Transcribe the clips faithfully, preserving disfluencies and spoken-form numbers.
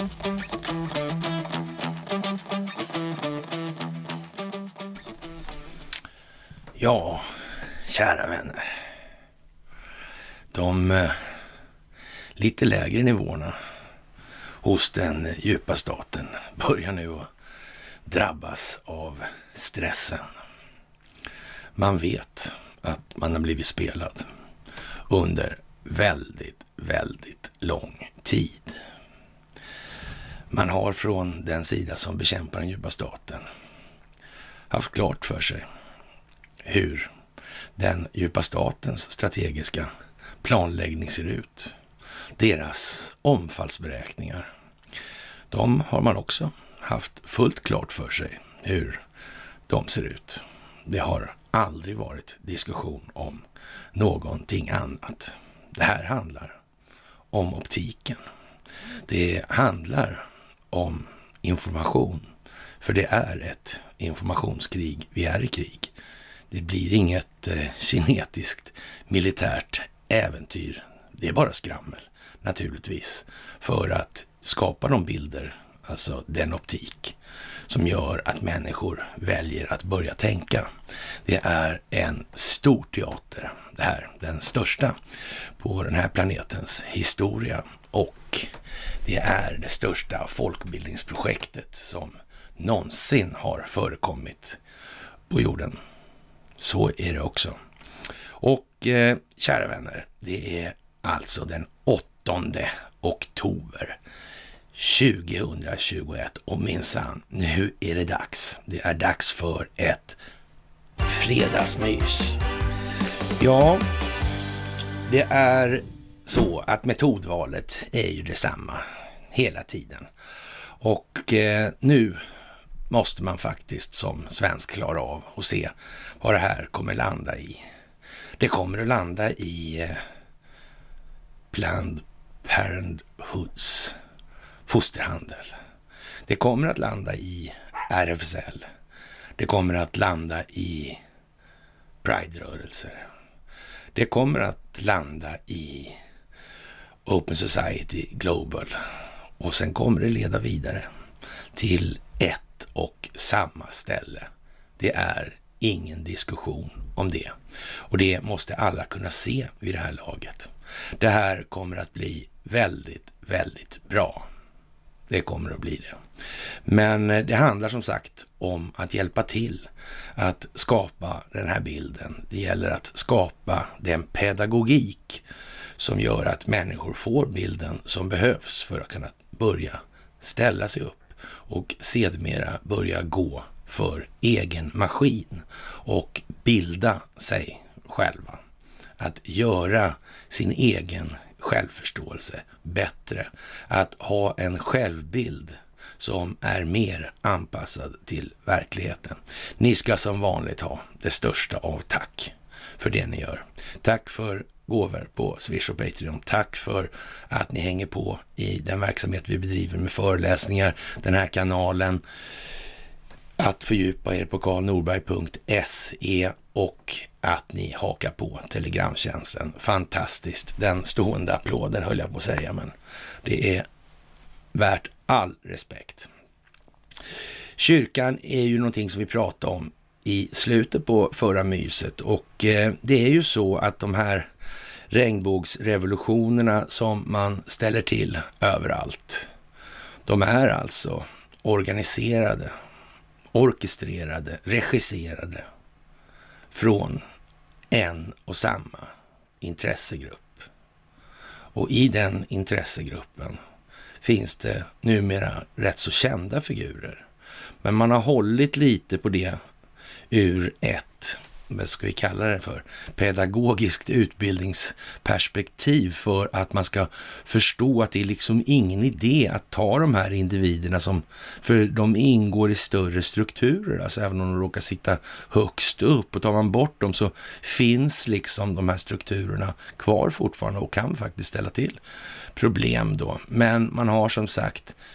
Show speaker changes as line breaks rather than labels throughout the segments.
Ja, kära vänner. De eh, lite lägre nivåerna hos den djupa staten börjar nu att drabbas av stressen. Man vet att man har blivit spelad under väldigt, väldigt lång tid. Man har från den sida som bekämpar den djupa staten haft klart för sig hur den djupa statens strategiska planläggning ser ut. Deras omfallsberäkningar. De har man också haft fullt klart för sig hur de ser ut. Det har aldrig varit diskussion om någonting annat. Det här handlar om optiken. Det handlar om information. För det är ett informationskrig. Vi är i krig. Det blir inget eh, kinetiskt militärt äventyr. Det är bara skrammel, naturligtvis. För att skapa de bilder, alltså den optik, som gör att människor väljer att börja tänka. Det är en stor teater, det här, den största på den här planetens historia. Och det är det största folkbildningsprojektet som någonsin har förekommit på jorden. Så är det också. Och eh, kära vänner, det är alltså den åttonde oktober tjugohundratjugoett och minsann, nu är det dags. Det är dags för ett fredagsmys. Ja, det är så att metodvalet är ju detsamma hela tiden. Och eh, nu måste man faktiskt som svensk klara av och se vad det här kommer landa i. Det kommer att landa i eh, Planned Parenthoods fosterhandel. Det kommer att landa i R F S L. Det kommer att landa i Pride-rörelser. Det kommer att landa i Open Society Global. Och sen kommer det leda vidare till ett och samma ställe. Det är ingen diskussion om det. Och det måste alla kunna se vid det här laget. Det här kommer att bli väldigt, väldigt bra. Det kommer att bli det. Men det handlar som sagt om att hjälpa till att skapa den här bilden. Det gäller att skapa den pedagogik som gör att människor får bilden som behövs för att kunna börja ställa sig upp och sedermera börja gå för egen maskin och bilda sig själva. Att göra sin egen självförståelse bättre. Att ha en självbild som är mer anpassad till verkligheten. Ni ska som vanligt ha det största av tack för det ni gör. Tack för gåvor på Swish och Patreon. Tack för att ni hänger på i den verksamhet vi bedriver med föreläsningar, den här kanalen. Att fördjupa er på karl norberg punkt se och att ni hakar på telegramtjänsten. Fantastiskt. Den stående applåden höll jag på att säga, men det är värt all respekt. Kyrkan är ju någonting som vi pratade om i slutet på förra myset och eh, det är ju så att de här regnbågsrevolutionerna som man ställer till överallt, de är alltså organiserade, orkestrerade, regisserade från en och samma intressegrupp. Och i den intressegruppen finns det numera rätt så kända figurer. Men man har hållit lite på det ur ett, vad ska vi kalla det för, pedagogiskt utbildningsperspektiv för att man ska förstå att det är liksom ingen idé att ta de här individerna som, för de ingår i större strukturer, alltså även om de råkar sitta högst upp, och tar man bort dem så finns liksom de här strukturerna kvar fortfarande och kan faktiskt ställa till problem då. Men man har som sagt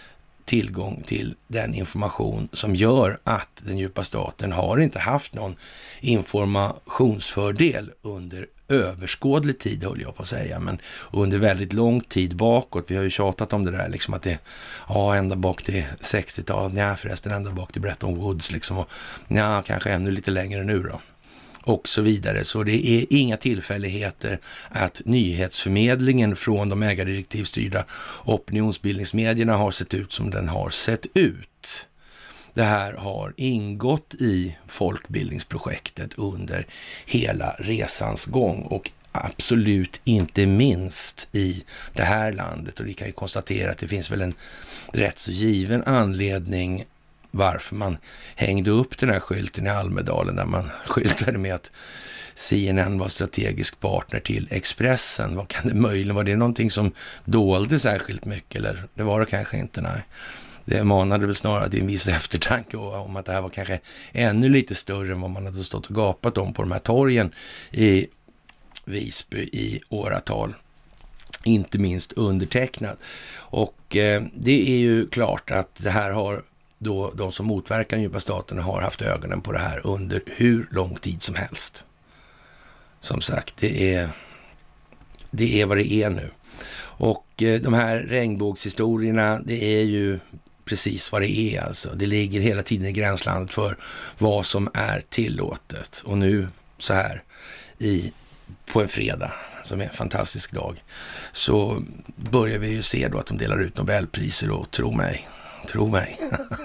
tillgång till den information som gör att den djupa staten har inte haft någon informationsfördel under överskådlig tid, höll jag på att säga, men under väldigt lång tid bakåt. Vi har ju tjatat om det där, liksom att det, ja, ända bak till sextiotalet, ja förresten ända bak till Bretton Woods liksom, och ja, kanske ännu lite längre nu då. Och så vidare. Så det är inga tillfälligheter att nyhetsförmedlingen från de ägardirektivstyrda opinionsbildningsmedierna har sett ut som den har sett ut. Det här har ingått i folkbildningsprojektet under hela resans gång och absolut inte minst i det här landet. Och vi kan ju konstatera att det finns väl en rätt så given anledning varför man hängde upp den här skylten i Almedalen där man skyltade med att C N N var strategisk partner till Expressen. Vad kan det möjligen, var det någonting som dolde särskilt mycket, eller det var det kanske inte, nej. Det manade väl snarare till en viss eftertanke om att det här var kanske ännu lite större än vad man hade stått och gapat om på de här torgen i Visby i åratal. Inte minst undertecknat. Och eh, det är ju klart att det här har då de som motverkar den djupa staten har haft ögonen på det här under hur lång tid som helst. Som sagt, det är, det är vad det är nu. Och eh, de här regnbågshistorierna, det är ju precis vad det är alltså. Det ligger hela tiden i gränslandet för vad som är tillåtet. Och nu så här i, på en fredag, som är en fantastisk dag, så börjar vi ju se då att de delar ut Nobelpriser, och tro mig, tro mig.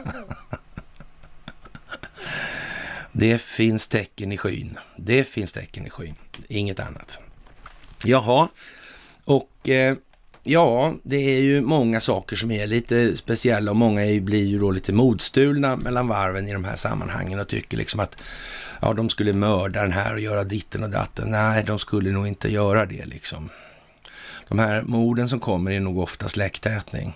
Det finns tecken i skyn. Det finns tecken i skyn. Inget annat. Jaha, och eh, ja, det är ju många saker som är lite speciella och många är, blir ju då lite modstulna mellan varven i de här sammanhangen och tycker liksom att ja, de skulle mörda den här och göra ditten och datten. Nej, de skulle nog inte göra det liksom. De här morden som kommer är nog ofta släktätning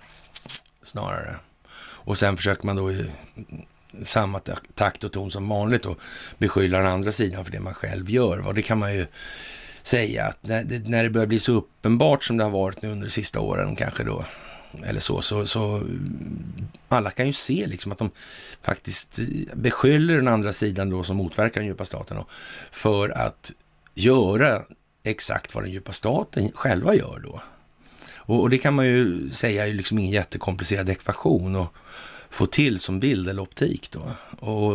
snarare. Och sen försöker man då i samma takt och ton som vanligt och beskylla den andra sidan för det man själv gör. Och det kan man ju säga att när det, när det börjar bli så uppenbart som det har varit nu under de sista åren kanske då, eller så, så, så alla kan ju se liksom att de faktiskt beskyller den andra sidan då som motverkar den djupa staten då, för att göra exakt vad den djupa staten själva gör då. Och, och det kan man ju säga är liksom ingen jättekomplicerad ekvation och få till som bild eller optik då. Och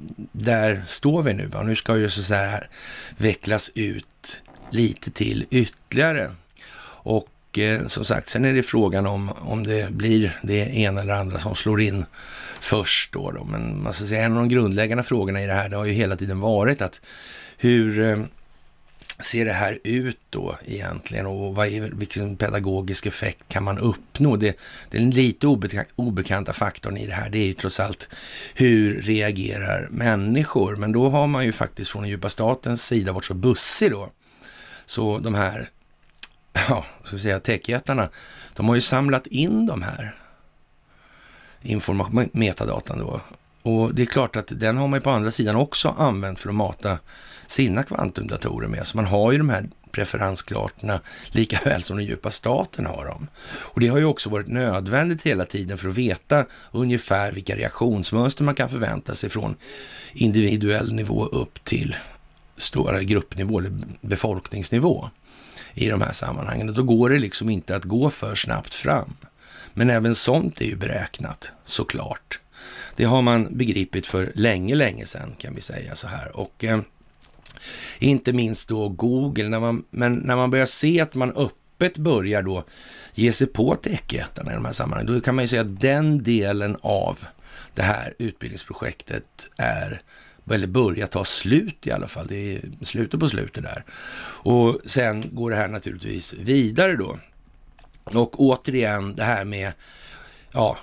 där står vi nu. Och nu ska ju så här vecklas ut lite till ytterligare. Och eh, som sagt, sen är det frågan om om det blir det ena eller andra som slår in först då. då. Men man ska säga, en av de grundläggande frågorna i det här, det har ju hela tiden varit att hur eh, ser det här ut då egentligen, och vad är, vilken pedagogisk effekt kan man uppnå? Det, det är en lite obek- obekanta faktorn i det här, det är ju trots allt hur reagerar människor, men då har man ju faktiskt från den djupa statens sida varit så bussig då, så de här ja, ska vi säga techjättarna, de har ju samlat in de här information, metadatan då, och det är klart att den har man ju på andra sidan också använt för att mata sina kvantumdatorer med. Så man har ju de här preferenskartorna lika väl som den djupa staten har dem. Och det har ju också varit nödvändigt hela tiden för att veta ungefär vilka reaktionsmönster man kan förvänta sig från individuell nivå upp till stora gruppnivå eller befolkningsnivå i de här sammanhangen. Och då går det liksom inte att gå för snabbt fram. Men även sånt är ju beräknat, såklart. Det har man begripit för länge, länge sedan kan vi säga så här. Och eh, inte minst då Google, när man, men när man börjar se att man öppet börjar då ge sig på techjättarna i de här sammanhangen, då kan man ju säga att den delen av det här utbildningsprojektet är, eller börjar ta slut i alla fall. Det är slutet på slutet där. Och sen går det här naturligtvis vidare då. Och återigen det här med, ja,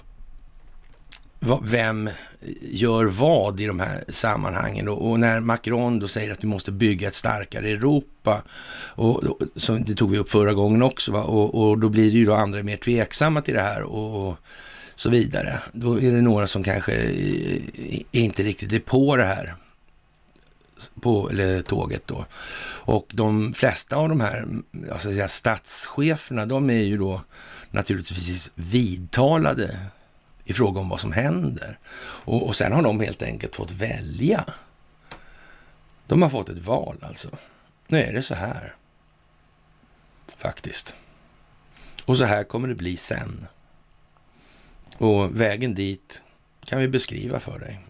vem gör vad i de här sammanhangen då? Och när Macron då säger att vi måste bygga ett starkare Europa, och, och som det tog vi upp förra gången också, va? Och, och då blir det ju då andra mer tveksamma till det här och, och så vidare. Då är det några som kanske inte riktigt är på det här på eller tåget då. Och de flesta av de här, alltså säga, statscheferna, de är ju då naturligtvis vidtalade i fråga om vad som händer. Och, och sen har de helt enkelt fått välja. De har fått ett val alltså. Nu är det så här. Faktiskt. Och så här kommer det bli sen. Och vägen dit kan vi beskriva för dig.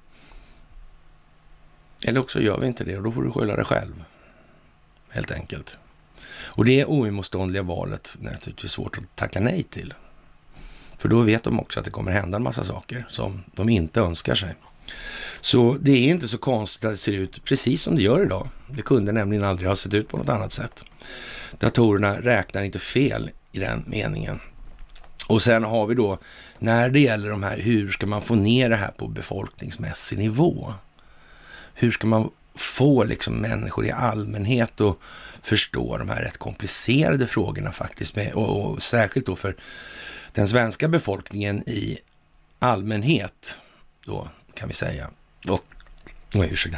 Eller också gör vi inte det och då får du skylla dig själv. Helt enkelt. Och det oemotståndliga valet är naturligtvis svårt att tacka nej till. För då vet de också att det kommer hända en massa saker som de inte önskar sig. Så det är inte så konstigt att det ser ut precis som det gör idag. Det kunde nämligen aldrig ha sett ut på något annat sätt. Datorerna räknar inte fel i den meningen. Och sen har vi då, när det gäller de här, hur ska man få ner det här på befolkningsmässig nivå? Hur ska man få liksom människor i allmänhet att förstå de här rätt komplicerade frågorna faktiskt, med, och, och särskilt då för den svenska befolkningen i allmänhet då kan vi säga. Och, oj, ursäkta.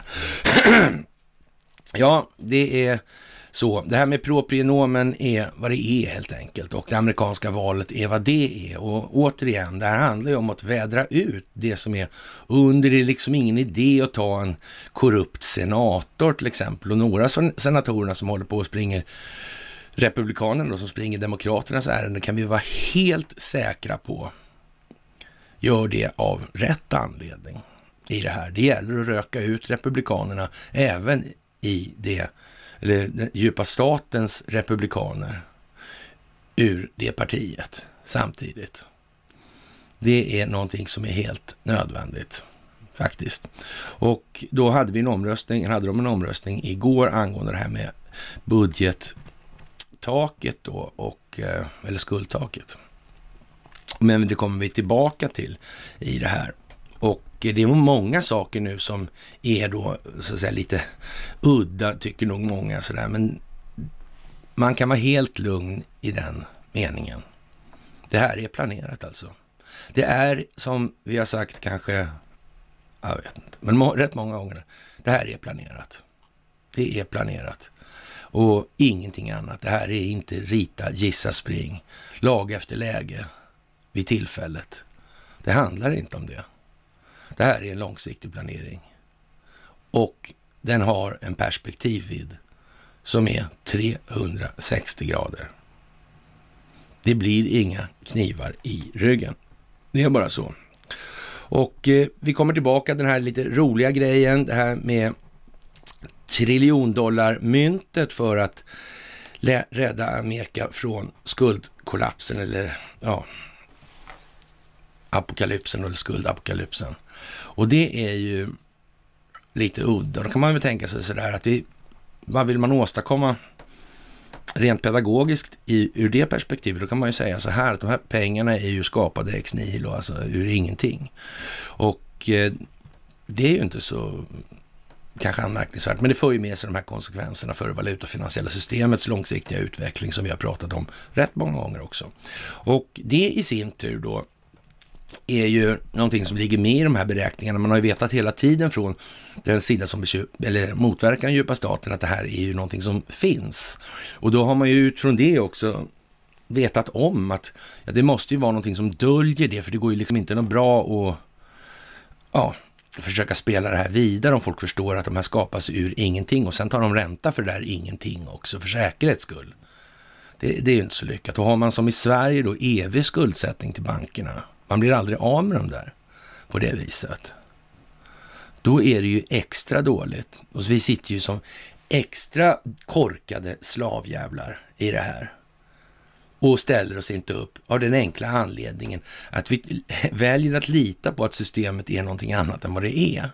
Ja, det är så. Det här med proprienomen är vad det är helt enkelt. Och det amerikanska valet är vad det är. Och återigen, det här handlar ju om att vädra ut det som är under. Det är liksom ingen idé att ta en korrupt senator till exempel. Och några senatorerna som håller på och springer republikanerna då, som springer demokraternas ärende, kan vi vara helt säkra på gör det av rätt anledning i det här. Det gäller att röka ut republikanerna även i det, eller den djupa statens republikaner ur det partiet samtidigt. Det är någonting som är helt nödvändigt faktiskt. Och då hade vi en omröstning, hade de en omröstning igår angående det här med budgettaket då, och, eller skuldtaket. Men det kommer vi tillbaka till i det här. Och det är många saker nu som är då så att säga lite udda, tycker nog många sådär. Men man kan vara helt lugn i den meningen. Det här är planerat alltså. Det är som vi har sagt kanske, jag vet inte, men må, rätt många gånger. Det här är planerat. Det är planerat. Och ingenting annat. Det här är inte rita, gissa, spring. Lag efter läge vid tillfället. Det handlar inte om det. Det här är en långsiktig planering. Och den har en perspektivvidd som är trehundrasextio grader. Det blir inga knivar i ryggen. Det är bara så. Och eh, vi kommer tillbaka till den här lite roliga grejen. Det här med triljondollarmyntet för att lä- rädda Amerika från skuldkollapsen eller ja, apokalypsen eller skuldapokalypsen. Och det är ju lite udda. Då kan man väl tänka sig sådär att det, vad vill man åstadkomma rent pedagogiskt i, ur det perspektivet? Då kan man ju säga så här att de här pengarna är ju skapade ex nihilo, alltså ur ingenting. Och eh, det är ju inte så kanske anmärkningsvärt, men det får ju med sig de här konsekvenserna för valutafinansiella systemets långsiktiga utveckling som vi har pratat om rätt många gånger också. Och det i sin tur då är ju någonting som ligger med i de här beräkningarna. Man har ju vetat hela tiden från den sida som eller motverkar den djupa staten att det här är ju någonting som finns. Och då har man ju utifrån det också vetat om att ja, det måste ju vara någonting som döljer det, för det går ju liksom inte något bra att ja, försöka spela det här vidare om folk förstår att de här skapas ur ingenting och sen tar de ränta för det där ingenting också för säkerhets skull. Det, det är ju inte så lyckat. Och har man som i Sverige då evig skuldsättning till bankerna, man blir aldrig av med dem där på det viset. Då är det ju extra dåligt. Och så vi sitter ju som extra korkade slavjävlar i det här. Och ställer oss inte upp av den enkla anledningen att vi väljer att lita på att systemet är någonting annat än vad det är.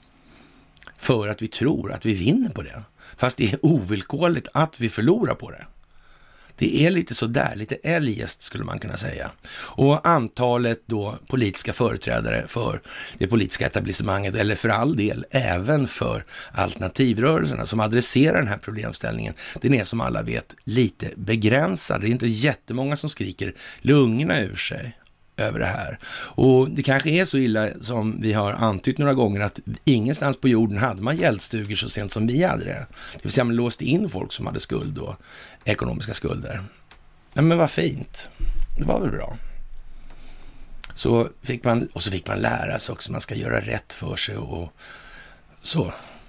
För att vi tror att vi vinner på det. Fast det är ovillkorligt att vi förlorar på det. Det är lite så där, lite eljest skulle man kunna säga. Och antalet då politiska företrädare för det politiska etablissemanget, eller för all del även för alternativrörelserna som adresserar den här problemställningen, den är som alla vet lite begränsad. Det är inte jättemånga som skriker lungorna ur sig över det här. Och det kanske är så illa som vi har antytt några gånger att ingenstans på jorden hade man gäldstugor så sent som vi hade det. Det vill säga man låste in folk som hade skuld och ekonomiska skulder. Ja, men vad fint. Det var väl bra. Så fick man, och så fick man lära sig också, man ska göra rätt för sig och så.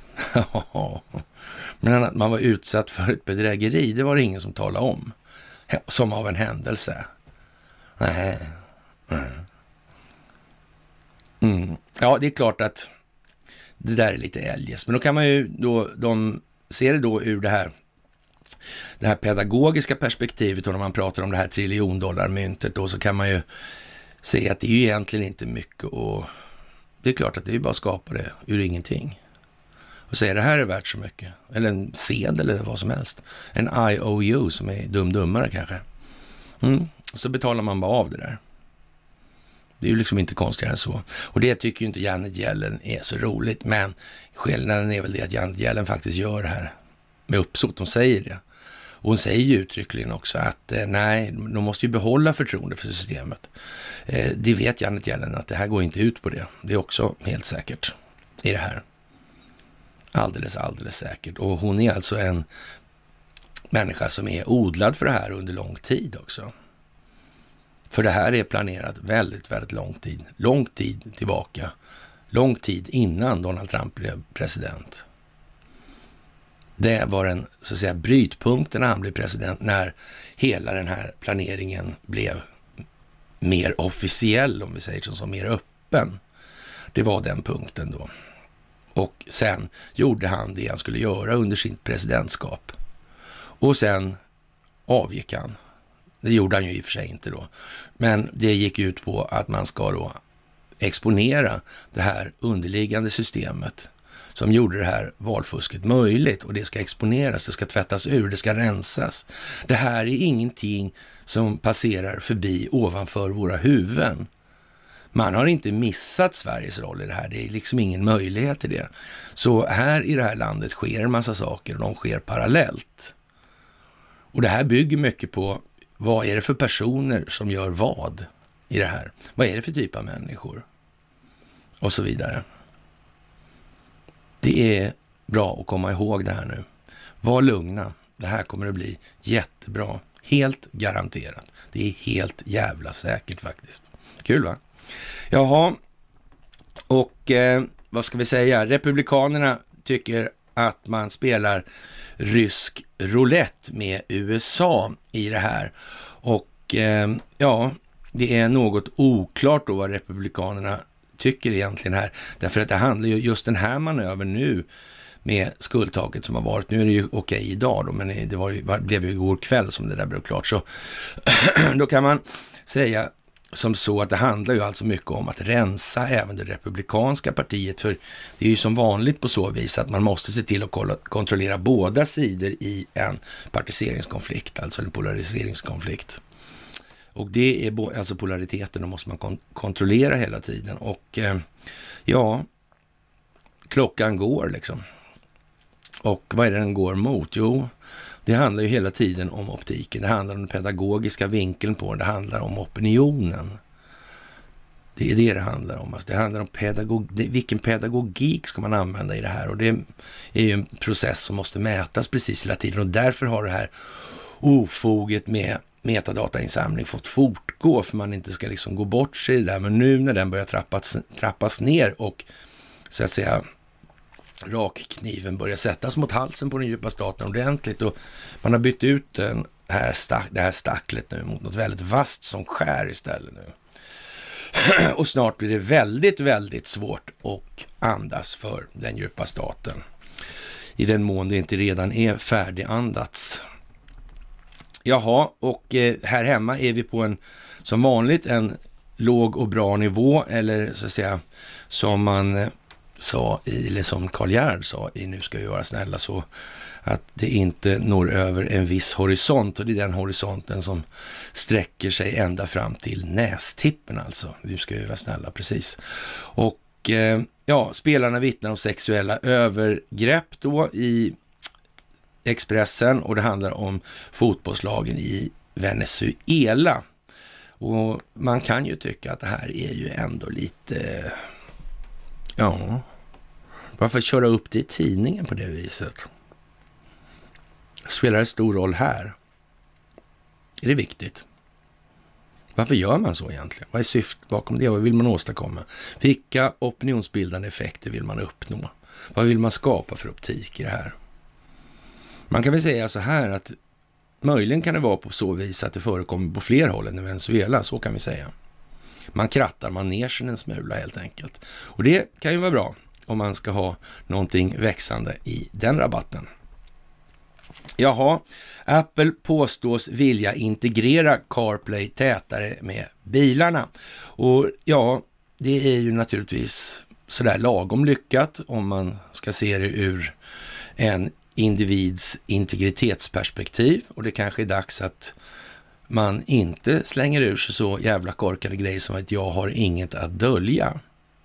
Men att man var utsatt för ett bedrägeri, det var det ingen som talade om. Som av en händelse. Nej. Mm. Ja, det är klart att det där är lite eljest. Men då kan man ju då, de ser det då ur det här det här pedagogiska perspektivet, och när man pratar om det här triljondollarmyntet då, så kan man ju se att det är ju egentligen inte mycket, och det är klart att det är bara att skapa det ur ingenting. Och säga det här är värt så mycket. Eller en sedel eller vad som helst. En I O U som är dum-dummare kanske. Mm. Och så betalar man bara av det där. Det är ju liksom inte konstigare än så. Och det tycker ju inte Janet Yellen är så roligt. Men skillnaden är väl det att Janet Yellen faktiskt gör det här med uppsåt. Hon säger det. Och hon säger ju uttryckligen också att eh, nej, de måste ju behålla förtroende för systemet. Eh, det vet Janet Yellen att det här går inte ut på det. Det är också helt säkert i det här. Alldeles, alldeles säkert. Och hon är alltså en människa som är odlad för det här under lång tid också. För det här är planerat väldigt, väldigt lång tid. Lång tid tillbaka. Lång tid innan Donald Trump blev president. Det var den, så att säga, brytpunkten när han blev president, när hela den här planeringen blev mer officiell, om vi säger så, som mer öppen. Det var den punkten då. Och sen gjorde han det han skulle göra under sitt presidentskap. Och sen avgick han. Det gjorde han ju i och för sig inte då. Men det gick ut på att man ska då exponera det här underliggande systemet som gjorde det här valfusket möjligt. Och det ska exponeras, det ska tvättas ur, det ska rensas. Det här är ingenting som passerar förbi ovanför våra huvuden. Man har inte missat Sveriges roll i det här. Det är liksom ingen möjlighet till det. Så här i det här landet sker en massa saker, och de sker parallellt. Och det här bygger mycket på vad är det för personer som gör vad i det här. Vad är det för typ av människor? Och så vidare. Det är bra att komma ihåg det här nu. Var lugna. Det här kommer att bli jättebra. Helt garanterat. Det är helt jävla säkert faktiskt. Kul va? Jaha, och eh, vad ska vi säga? Republikanerna tycker att man spelar rysk roulette med U S A i det här. Och eh, ja, det är något oklart då vad republikanerna tycker egentligen här. Därför att det handlar ju just den här manövern nu med skuldtaket som har varit. Nu är det ju okej okay idag då, men det var ju, blev ju igår kväll som det där blev klart. Så då kan man säga som så att det handlar ju alltså mycket om att rensa även det republikanska partiet, för det är ju som vanligt på så vis att man måste se till att kontrollera båda sidor i en partiseringskonflikt, alltså en polariseringskonflikt. Och det är alltså polariteten, då måste man kon- kontrollera hela tiden. Och eh, ja, klockan går liksom. Och vad är det den går mot? Jo, det handlar ju hela tiden om optiken. Det handlar om den pedagogiska vinkeln på det. Det handlar om opinionen. Det är det det handlar om. Alltså det handlar om pedagog, vilken pedagogik ska man använda i det här. Och det är ju en process som måste mätas precis hela tiden. Och därför har det här ofoget med metadatainsamling fått fortgå. För man inte ska liksom gå bort sig där. Men nu när den börjar trappas, trappas ner och så att säga rakkniven börjar sättas mot halsen på den djupa staten ordentligt, och man har bytt ut den här stack, det här stacklet nu mot något väldigt vasst som skär istället nu. Och snart blir det väldigt, väldigt svårt att andas för den djupa staten. I den mån det inte redan är färdigandats. Jaha, och eh, här hemma är vi på en, som vanligt, en låg och bra nivå, eller så att säga, som man eh, sa i, eller som Karl Gerd sa i Nu ska vi vara snälla, så att det inte når över en viss horisont, och det är den horisonten som sträcker sig ända fram till nästippen, alltså. Nu ska vi vara snälla, precis. Och eh, ja, spelarna vittnar om sexuella övergrepp då i Expressen, och det handlar om fotbollslagen i Venezuela. Och man kan ju tycka att det här är ju ändå lite, ja, varför köra upp det i tidningen på det viset? Spelar det stor roll här? Är det viktigt? Varför gör man så egentligen? Vad är syftet bakom det? Vad vill man åstadkomma? Vilka opinionsbildande effekter vill man uppnå? Vad vill man skapa för optik i det här? Man kan väl säga så här att möjligen kan det vara på så vis att det förekommer på fler håll än i Venezuela, så kan vi säga. Man krattar manegen en smula helt enkelt. Och det kan ju vara bra om man ska ha någonting växande i den rabatten. Jaha, Apple påstås vilja integrera CarPlay tätare med bilarna. Och ja, det är ju naturligtvis sådär lagom lyckat om man ska se det ur en individs integritetsperspektiv. Och det kanske är dags att man inte slänger ur sig så jävla korkade grejer som att jag har inget att dölja.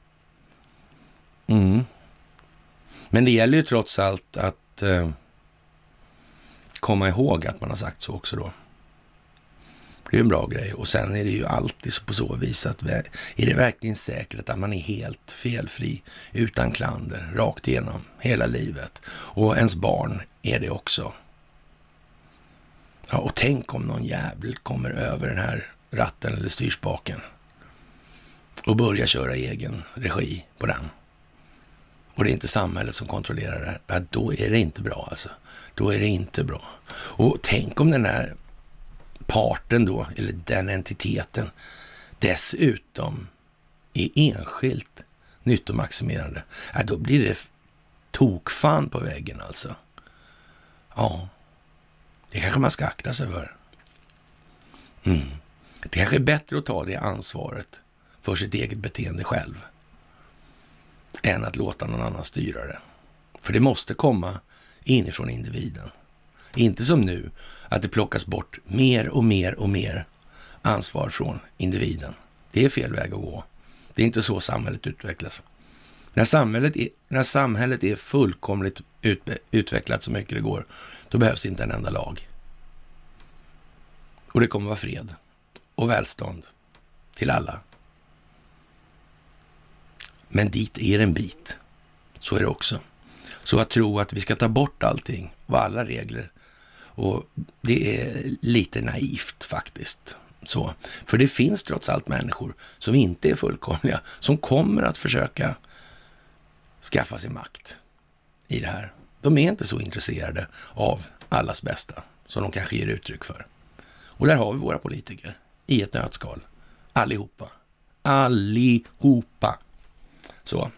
Mm. Men det gäller ju trots allt att eh, komma ihåg att man har sagt så också då. Det är en bra grej. Och sen är det ju alltid så på så vis att är det verkligen säkert att man är helt felfri utan klander rakt igenom hela livet. Och ens barn är det också. Ja, och tänk om någon jävel kommer över den här ratten eller styrspaken och börjar köra egen regi på den. Och det är inte samhället som kontrollerar det här. Ja, då är det inte bra alltså. Då är det inte bra. Och tänk om den här parten då, eller den entiteten, dessutom är enskilt nyttomaximerande. Ja, då blir det tokfan på väggen alltså. Ja, det kanske man ska akta sig för. Mm. Det kanske är bättre att ta det ansvaret för sitt eget beteende själv än att låta någon annan styra det. För det måste komma inifrån individen. Inte som nu att det plockas bort mer och mer och mer ansvar från individen. Det är fel väg att gå. Det är inte så samhället utvecklas. När samhället är, när samhället är fullkomligt ut, utvecklat så mycket det går, då behövs inte en enda lag. Och det kommer vara fred och välstånd till alla. Men dit är en bit. Så är det också. Så att tro att vi ska ta bort allting och alla regler, och det är lite naivt faktiskt. Så. För det finns trots allt människor som inte är fullkomliga, som kommer att försöka skaffa sig makt i det här. De är inte så intresserade av allas bästa som de kanske ger uttryck för. Och där har vi våra politiker i ett nötskal. Allihopa. Allihopa. Så.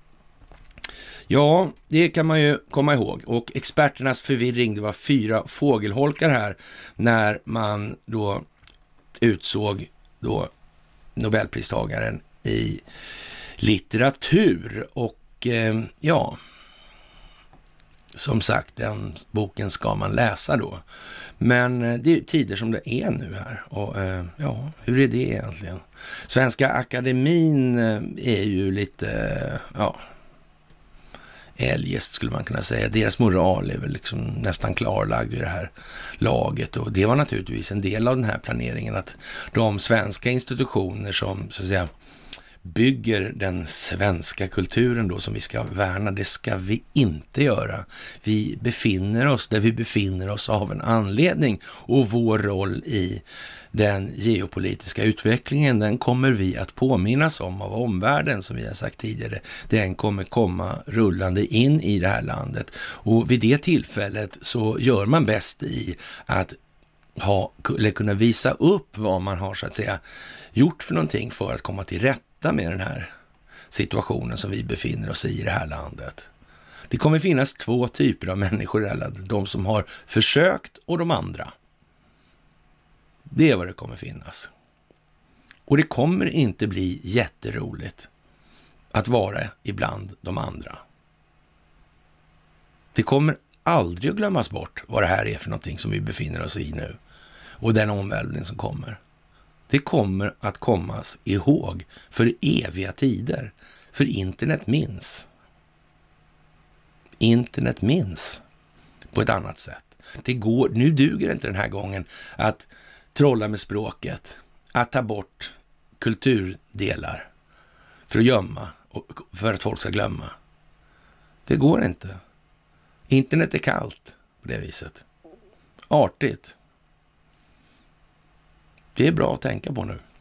Ja, det kan man ju komma ihåg. Och experternas förvirring, det var fyra fågelholkar här när man då utsåg då Nobelpristagaren i litteratur. Och eh, ja, som sagt, den boken ska man läsa då. Men eh, det är ju tider som det är nu här. Och eh, ja, hur är det egentligen? Svenska akademin eh, är ju lite, eh, ja... eljest skulle man kunna säga. Deras moral är väl liksom nästan klarlagd i det här laget, och det var naturligtvis en del av den här planeringen att de svenska institutioner som så att säga bygger den svenska kulturen då som vi ska värna, det ska vi inte göra. Vi befinner oss där vi befinner oss av en anledning, och vår roll i den geopolitiska utvecklingen, den kommer vi att påminnas om av omvärlden, som vi har sagt tidigare. Den kommer komma rullande in i det här landet, och vid det tillfället så gör man bäst i att ha, eller kunna visa upp vad man har så att säga gjort för någonting för att komma till rätta med den här situationen som vi befinner oss i i det här landet. Det kommer finnas två typer av människor i det här landet. De som har försökt och de andra. Det är vad det kommer finnas. Och det kommer inte bli jätteroligt att vara ibland de andra. Det kommer aldrig att glömmas bort vad det här är för någonting som vi befinner oss i nu. Och den omvälvning som kommer. Det kommer att kommas ihåg för eviga tider. För internet minns. Internet minns på ett annat sätt. Det går, nu duger det inte den här gången att trolla med språket, att ta bort kulturdelar för att gömma och för att folk ska glömma. Det går inte. Internet är kallt på det viset. Artigt. Det är bra att tänka på nu.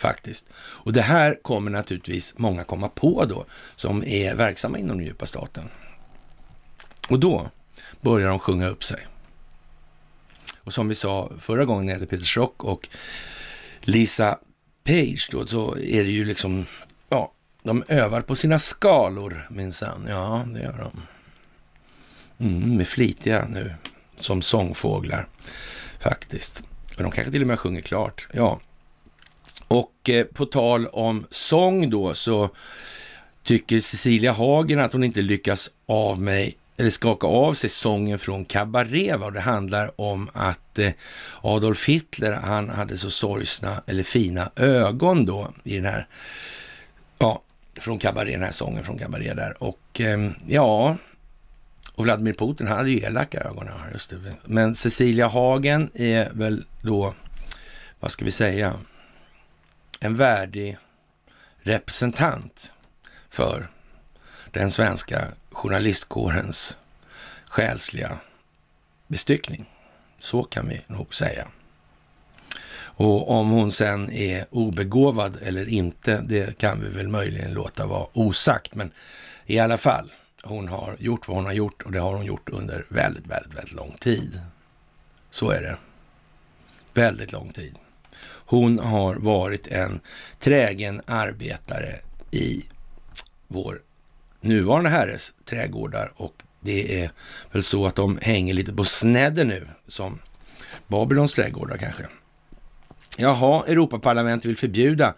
faktiskt. Och det här kommer naturligtvis många komma på då, som är verksamma inom den djupa staten. Och då börjar de sjunga upp sig. Och som vi sa förra gången när det gällde Peter Strzok och Lisa Page då, så är det ju liksom, ja, de övar på sina skalor minsann. Ja, det gör de. Mm, med flitiga nu, som sångfåglar faktiskt. Och de kanske till och med sjunger klart, ja. Och eh, på tal om sång då, så tycker Cecilia Hagen att hon inte lyckas av mig eller skaka av sig sången från Cabaret. Och det handlar om att eh, Adolf Hitler, han hade så sorgsna eller fina ögon då i den här, ja, från Cabaret, den här sången från Cabaret där. Och eh, ja, och Vladimir Putin, han hade ju elaka ögon. Just det. Men Cecilia Hagen är väl då, vad ska vi säga, en värdig representant för den svenska journalistkårens själsliga bestyckning. Så kan vi nog säga. Och om hon sen är obegåvad eller inte, det kan vi väl möjligen låta vara osagt. Men i alla fall, hon har gjort vad hon har gjort, och det har hon gjort under väldigt, väldigt, väldigt lång tid. Så är det. Väldigt lång tid. Hon har varit en trägen arbetare i vår nuvarande herres trädgårdar, och det är väl så att de hänger lite på snedden nu, som Babylons trädgårdar kanske. Jaha, Europaparlamentet vill förbjuda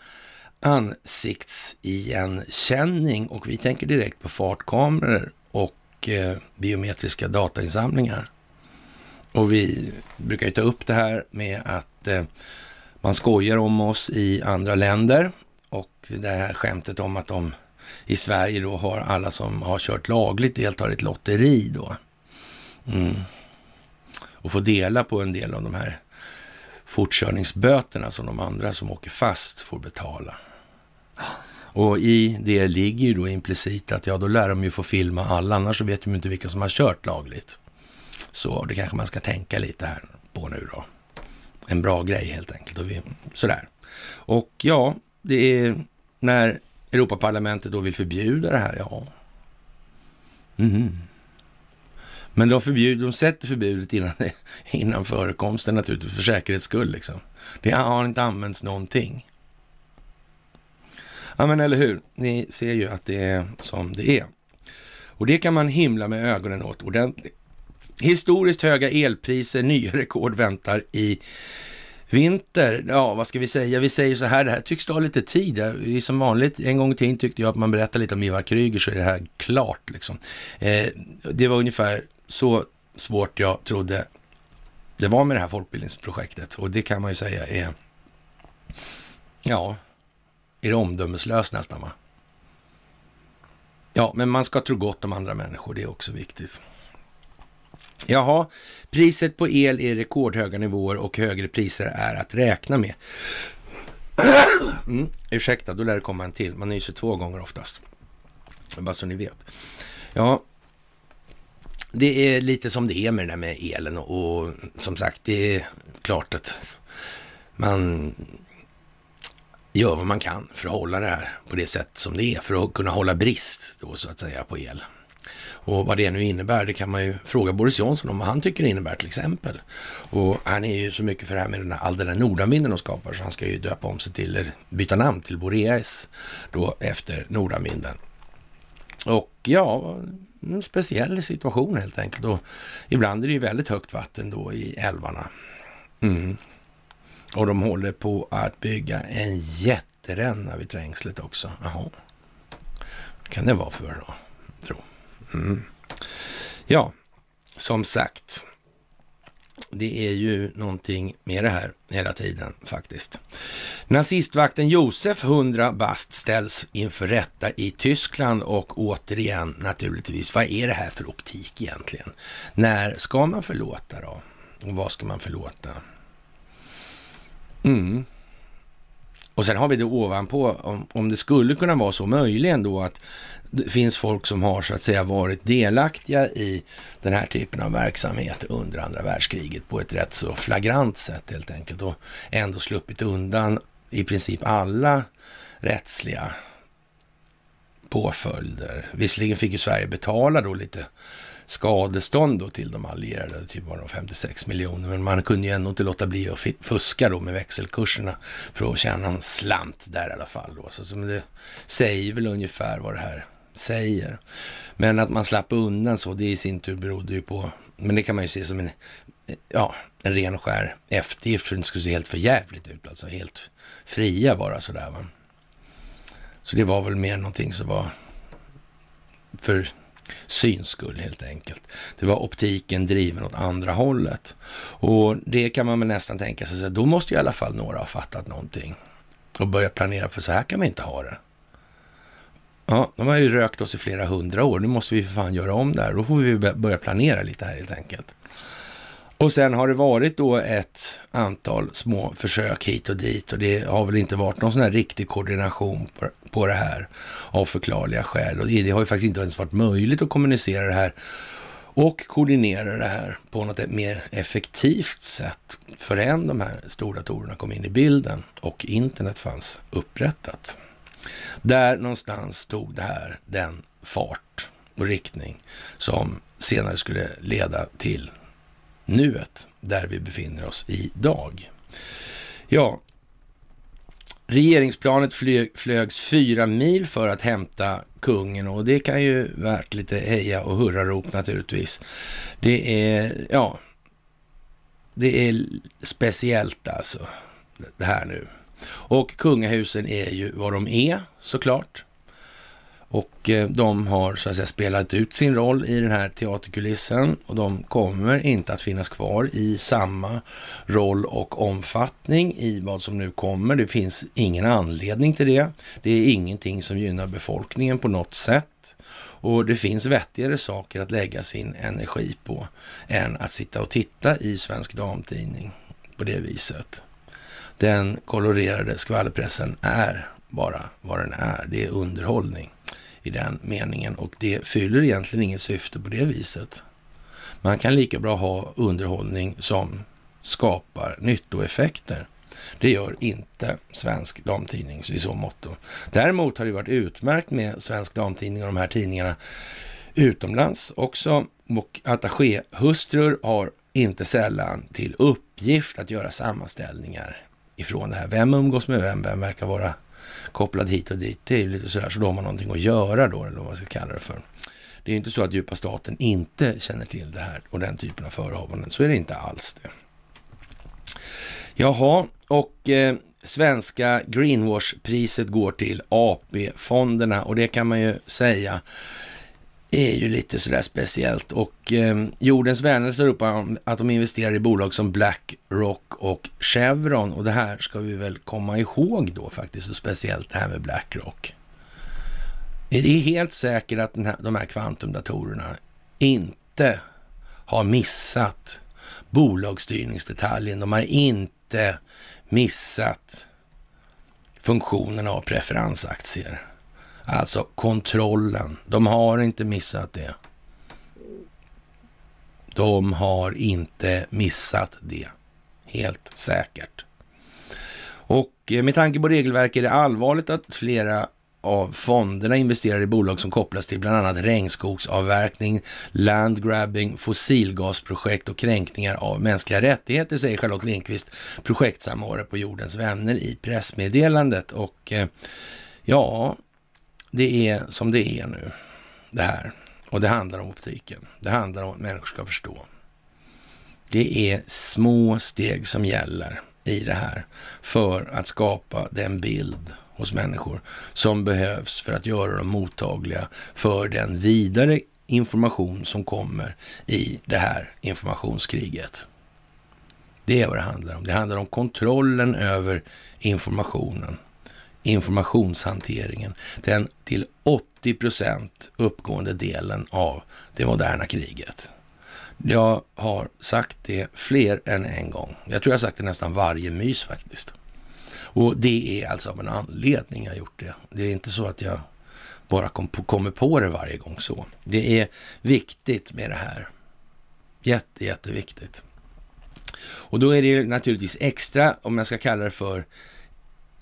ansiktsigenkänning, och vi tänker direkt på fartkameror och eh, biometriska datainsamlingar. Och vi brukar ju ta upp det här med att eh, man skojar om oss i andra länder, och det här skämtet om att de i Sverige då har alla som har kört lagligt deltar i ett lotteri då. Mm. Och får dela på en del av de här fortkörningsböterna som de andra som åker fast får betala. Och i det ligger ju då implicit att ja, då lär de ju få filma alla, annars så vet de inte vilka som har kört lagligt. Så det kanske man ska tänka lite här på nu då. En bra grej helt enkelt. Och vi, sådär. Och ja, det är när Europaparlamentet då vill förbjuda det här, ja. Mm. Men de, förbjud, de sätter förbudet innan, innan förekomsten naturligtvis, för säkerhets skull liksom. Det har inte använts någonting. Ja, men eller hur? Ni ser ju att det är som det är. Och det kan man himla med ögonen åt ordentligt. Historiskt höga elpriser, nya rekord väntar i vinter. Ja, vad ska vi säga? Vi säger så här, det här tycks ta lite tid. Som vanligt, en gång i tiden tyckte jag att man berättar lite om Ivar Kryger, så är det här klart liksom. Eh, det var ungefär så svårt jag trodde det var med det här folkbildningsprojektet. Och det kan man ju säga är, ja, är det omdömeslöst nästan, va? Ja, men man ska tro gott om andra människor, det är också viktigt. Jaha, priset på el är rekordhöga nivåer och högre priser är att räkna med. Mm, ursäkta, då lär det komma en till. Man nyser två gånger oftast. Bara så ni vet. Ja, det är lite som det är med det där med elen, och, och som sagt, det är klart att man gör vad man kan för att hålla det här på det sätt som det är, för att kunna hålla brist då, så att säga, på el. Och vad det nu innebär, det kan man ju fråga Boris Johnson om vad han tycker det innebär till exempel. Och han är ju så mycket för det här med den här, all den här nordanvinden de skapar, så han ska ju döpa om sig till, eller byta namn till Boreas då efter nordanvinden. Och ja, en speciell situation helt enkelt. Och ibland är det ju väldigt högt vatten då i älvarna. Mm. Och de håller på att bygga en jätteränna vid Trängslet också. Jaha. Kan det vara för då, tror mm. Ja, som sagt, det är ju någonting med det här hela tiden faktiskt. Nazistvakten Josef, hundra bast, ställs inför rätta i Tyskland, och återigen naturligtvis, vad är det här för optik egentligen? När ska man förlåta då? Och vad ska man förlåta? Mm. Och sen har vi det ovanpå, om, om det skulle kunna vara så möjligen då att det finns folk som har så att säga varit delaktiga i den här typen av verksamhet under andra världskriget på ett rätt så flagrant sätt helt enkelt, och ändå sluppit undan i princip alla rättsliga påföljder. Visserligen fick ju Sverige betala då lite skadestånd då till de allierade, typ var de femtiosex miljoner, men man kunde ju ändå inte låta bli att fuska då med växelkurserna för att tjäna en slant där i alla fall då. Så, så det säger väl ungefär vad det här säger. Men att man slapp undan så, det i sin tur berodde ju på, men det kan man ju se som en, ja, en ren och skär eftergift, för det skulle se helt för jävligt ut, alltså helt fria bara sådär va. Så det var väl mer någonting som var för synskull helt enkelt. Det var optiken driven åt andra hållet. Och det kan man väl nästan tänka sig, så då måste ju i alla fall några ha fattat någonting och börja planera, för så här kan vi inte ha det. Ja, de har ju rökt oss i flera hundra år. Nu måste vi för fan göra om det här. Då får vi börja planera lite här helt enkelt. Och sen har det varit då ett antal små försök hit och dit, och det har väl inte varit någon sån här riktig koordination på, på det här av förklarliga skäl. Och det, det har ju faktiskt inte ens varit möjligt att kommunicera det här och koordinera det här på något mer effektivt sätt förrän de här stora datorerna kom in i bilden och internet fanns upprättat. Där någonstans tog det här den fart och riktning som senare skulle leda till nuet, där vi befinner oss idag. Ja, regeringsplanet flög, flögs fyra mil för att hämta kungen, och det kan ju värt lite heja och hurrarop naturligtvis. Det är, ja, det är speciellt alltså, det här nu. Och kungahusen är ju vad de är, såklart. Och de har så att säga spelat ut sin roll i den här teaterkulissen, och de kommer inte att finnas kvar i samma roll och omfattning i vad som nu kommer. Det finns ingen anledning till det. Det är ingenting som gynnar befolkningen på något sätt. Och det finns vettigare saker att lägga sin energi på än att sitta och titta i Svensk Damtidning på det viset. Den kolorerade skvallerpressen är bara vad den är. Det är underhållning i den meningen, och det fyller egentligen inget syfte på det viset. Man kan lika bra ha underhållning som skapar nyttoeffekter. Det gör inte Svensk Damtidning i så motto. Däremot har det varit utmärkt med Svensk Damtidning och de här tidningarna utomlands också, och attachéhustrur har inte sällan till uppgift att göra sammanställningar ifrån det här. Vem umgås med vem? Vem verkar vara kopplad hit och dit? Det är ju lite sådär, så då har man någonting att göra då, eller vad man ska kalla det för. Det är ju inte så att djupa staten inte känner till det här och den typen av förehavanden. Så är det inte alls det. Jaha, och eh, svenska greenwash-priset går till A P-fonderna, och det kan man ju säga är ju lite sådär speciellt. Och eh, Jordens vänner tar upp att de investerar i bolag som BlackRock och Chevron, och det här ska vi väl komma ihåg då faktiskt, och speciellt det här med BlackRock. Det är helt säkert att den här, de här kvantumdatorerna inte har missat bolagsstyrningsdetaljen. De har inte missat funktionen av preferensaktier. Alltså kontrollen. De har inte missat det. De har inte missat det. Helt säkert. Och med tanke på regelverk är det allvarligt att flera av fonderna investerar i bolag som kopplas till bland annat regnskogsavverkning, landgrabbing, fossilgasprojekt och kränkningar av mänskliga rättigheter, säger Charlotte Lindqvist, projektsamordnare på Jordens vänner i pressmeddelandet. Och eh, ja, det är som det är nu, det här. Och det handlar om optiken. Det handlar om att människor ska förstå. Det är små steg som gäller i det här för att skapa den bild hos människor som behövs för att göra dem mottagliga för den vidare information som kommer i det här informationskriget. Det är vad det handlar om. Det handlar om kontrollen över informationen, informationshanteringen, den till åttio procent uppgående delen av det moderna kriget. Jag har sagt det fler än en gång. Jag tror jag har sagt det nästan varje mys faktiskt. Och det är alltså av en anledning jag har gjort det. Det är inte så att jag bara kom på, kommer på det varje gång så. Det är viktigt med det här. Jätte, jätteviktigt. Och då är det naturligtvis extra, om jag ska kalla det för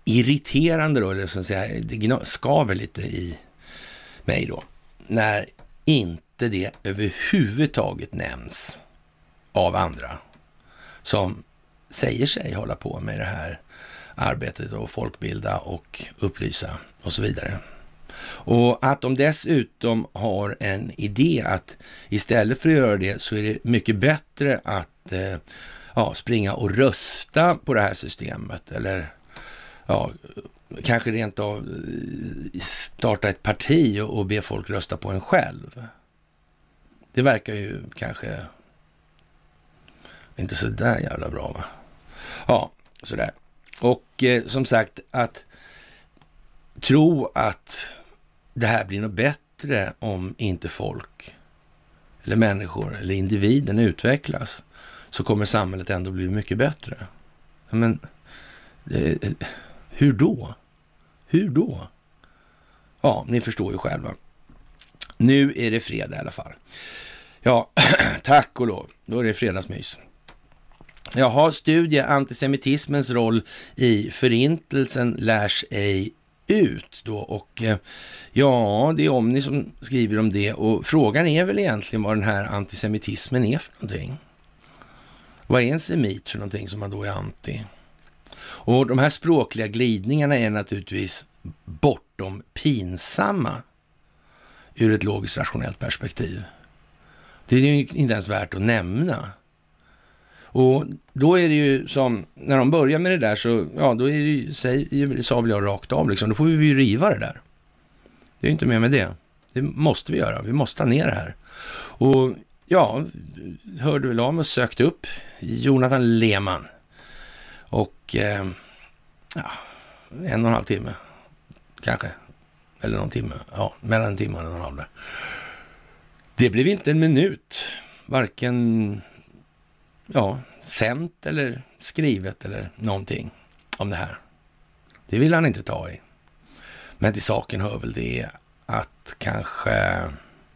irriterande då, eller så att säga, det skaver lite i mig då, när inte det överhuvudtaget nämns av andra som säger sig hålla på med det här arbetet och folkbilda och upplysa och så vidare. Och att de dessutom har en idé att istället för att göra det så är det mycket bättre att eh, ja, springa och rösta på det här systemet, eller ja, kanske rent av starta ett parti och, och be folk rösta på en själv. Det verkar ju kanske inte så där jävla bra, va? Ja, sådär. Och eh, som sagt, att tro att det här blir något bättre om inte folk eller människor eller individen utvecklas, så kommer samhället ändå bli mycket bättre. Men eh, hur då? Hur då? Ja, ni förstår ju själva. Nu är det fredag i alla fall. Ja, tack och lov. Då är det fredagsmys. Jag har studie antisemitismens roll i förintelsen lärs ej ut då, och ja, det är Omni som skriver om det, och frågan är väl egentligen vad den här antisemitismen är för någonting. Vad är en semit för någonting som man då är anti? Och de här språkliga glidningarna är naturligtvis bortom pinsamma ur ett logiskt rationellt perspektiv. Det är ju inte ens värt att nämna. Och då är det ju som, när de börjar med det där så, ja, då är det ju, säg, sa väl jag rakt av liksom, då får vi ju riva det där. Det är ju inte mer med det. Det måste vi göra, vi måste ta ner det här. Och ja, hörde väl av mig och sökte upp Jonathan Lehmann. Och eh, ja, en och en halv timme kanske, eller någon timme, ja, mellan en timme och en halv där. Det blev inte en minut, varken ja, sänt eller skrivet eller någonting om det här. Det vill han inte ta i. Men till saken hör väl det att kanske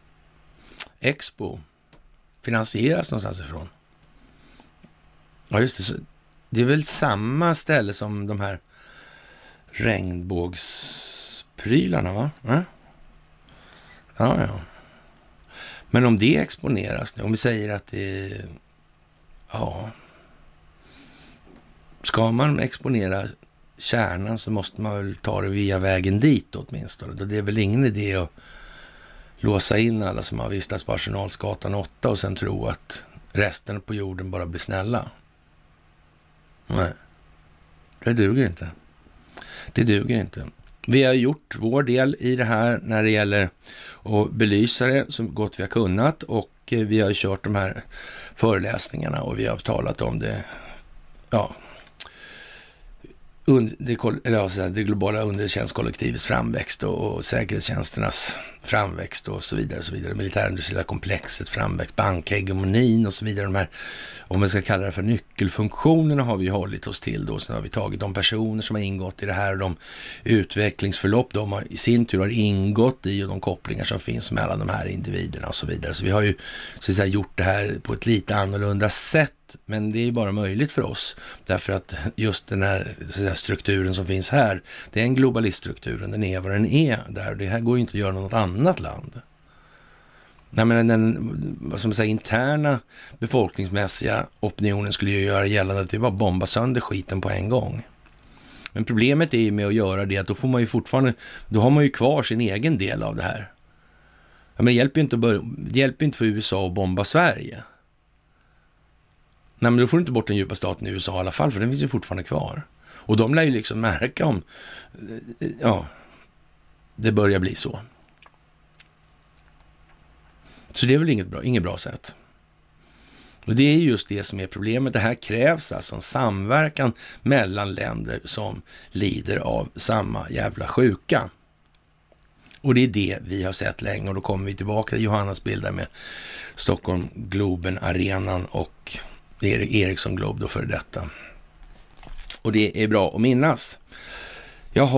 Expo finansieras någonstans ifrån. Ja, just det. Så det är väl samma ställe som de här regnbågsprylarna, va? Ja, ja. ja. Men om det exponeras nu, om vi säger att det ja, ska man exponera kärnan så måste man väl ta det via vägen dit åtminstone. Det är väl ingen idé att låsa in alla som har vistats på Arsenalsgatan åtta och sen tro att resten på jorden bara blir snälla. Nej, det duger inte. Det duger inte. Vi har gjort vår del i det här när det gäller att belysa det så gott vi har kunnat, och vi har kört de här föreläsningarna och vi har talat om det, ja, und, det, eller alltså det globala underrättelsetjänstkollektivets framväxt och, och säkerhetstjänsternas framväxt och så vidare och så vidare, militärindustriella komplexet framväxt, bankhegemonin och så vidare. De här, om man ska kalla det för nyckelfunktionerna, har vi hållit oss till då. Så har vi tagit de personer som har ingått i det här och de utvecklingsförlopp de har i sin tur har ingått i och de kopplingar som finns mellan de här individerna och så vidare. Så vi har ju så att säga gjort det här på ett lite annorlunda sätt, men det är bara möjligt för oss därför att just den här, så att säga, strukturen som finns här, det är en globaliststruktur, den är vad den är där, och det här går ju inte att göra något annat land. Nej, men den, vad ska man säga, interna befolkningsmässiga opinionen skulle ju göra gällande att det var bomba sönder skiten på en gång. Men problemet är ju med att göra det att då får man ju fortfarande, då har man ju kvar sin egen del av det här. Ja, men det hjälper ju inte, börja, det hjälper inte för U S A att bomba Sverige. Nej, men då får du inte bort den djupa staten i U S A i alla fall, för den finns ju fortfarande kvar. Och de lär ju liksom märka om, ja, det börjar bli så. Så det är väl inget bra, inget bra sätt. Och det är just det som är problemet. Det här krävs alltså en samverkan mellan länder som lider av samma jävla sjuka. Och det är det vi har sett länge, och då kommer vi tillbaka till Johannas bilder med Stockholm Globen Arenan och Ericsson Globe då för detta. Och det är bra att minnas. Jaha,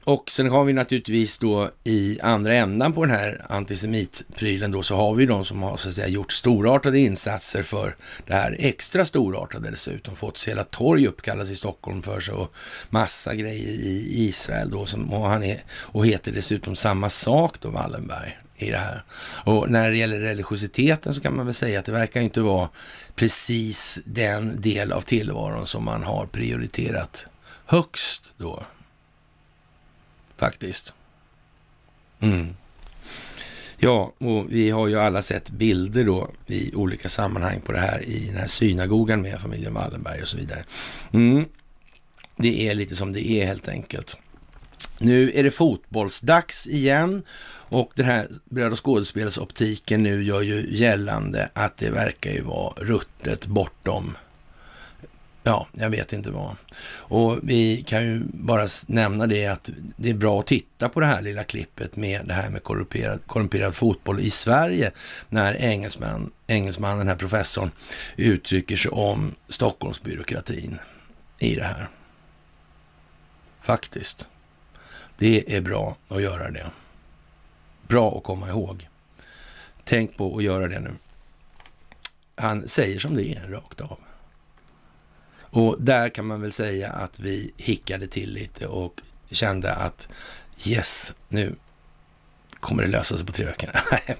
och sen har vi naturligtvis då i andra ändan på den här antisemitprylen då, så har vi de som har så att säga gjort storartade insatser för det här extra storartade dessutom. Fått hela torg uppkallas i Stockholm för sig och massa grejer i Israel då, som, och han är, och heter dessutom samma sak då, Wallenberg, i det här. Och när det gäller religiositeten så kan man väl säga att det verkar inte vara precis den del av tillvaron som man har prioriterat högst då. Faktiskt. Mm. Ja, och vi har ju alla sett bilder då i olika sammanhang på det här i den här synagogan med familjen Wallenberg och så vidare. Mm. Det är lite som det är helt enkelt. Nu är det fotbollsdags igen, och den här bröd- och skådespelsoptiken nu gör ju gällande att det verkar ju vara ruttet bortom, ja, jag vet inte vad. Och vi kan ju bara nämna det att det är bra att titta på det här lilla klippet med det här med korrumperad, korrumperad fotboll i Sverige, när engelsman, engelsman, den här professorn, uttrycker sig om Stockholmsbyråkratin i det här. Faktiskt. Det är bra att göra det. Bra att komma ihåg. Tänk på att göra det nu. Han säger som det är, rakt av. Och där kan man väl säga att vi hickade till lite och kände att yes, nu kommer det lösa sig på tre veckor.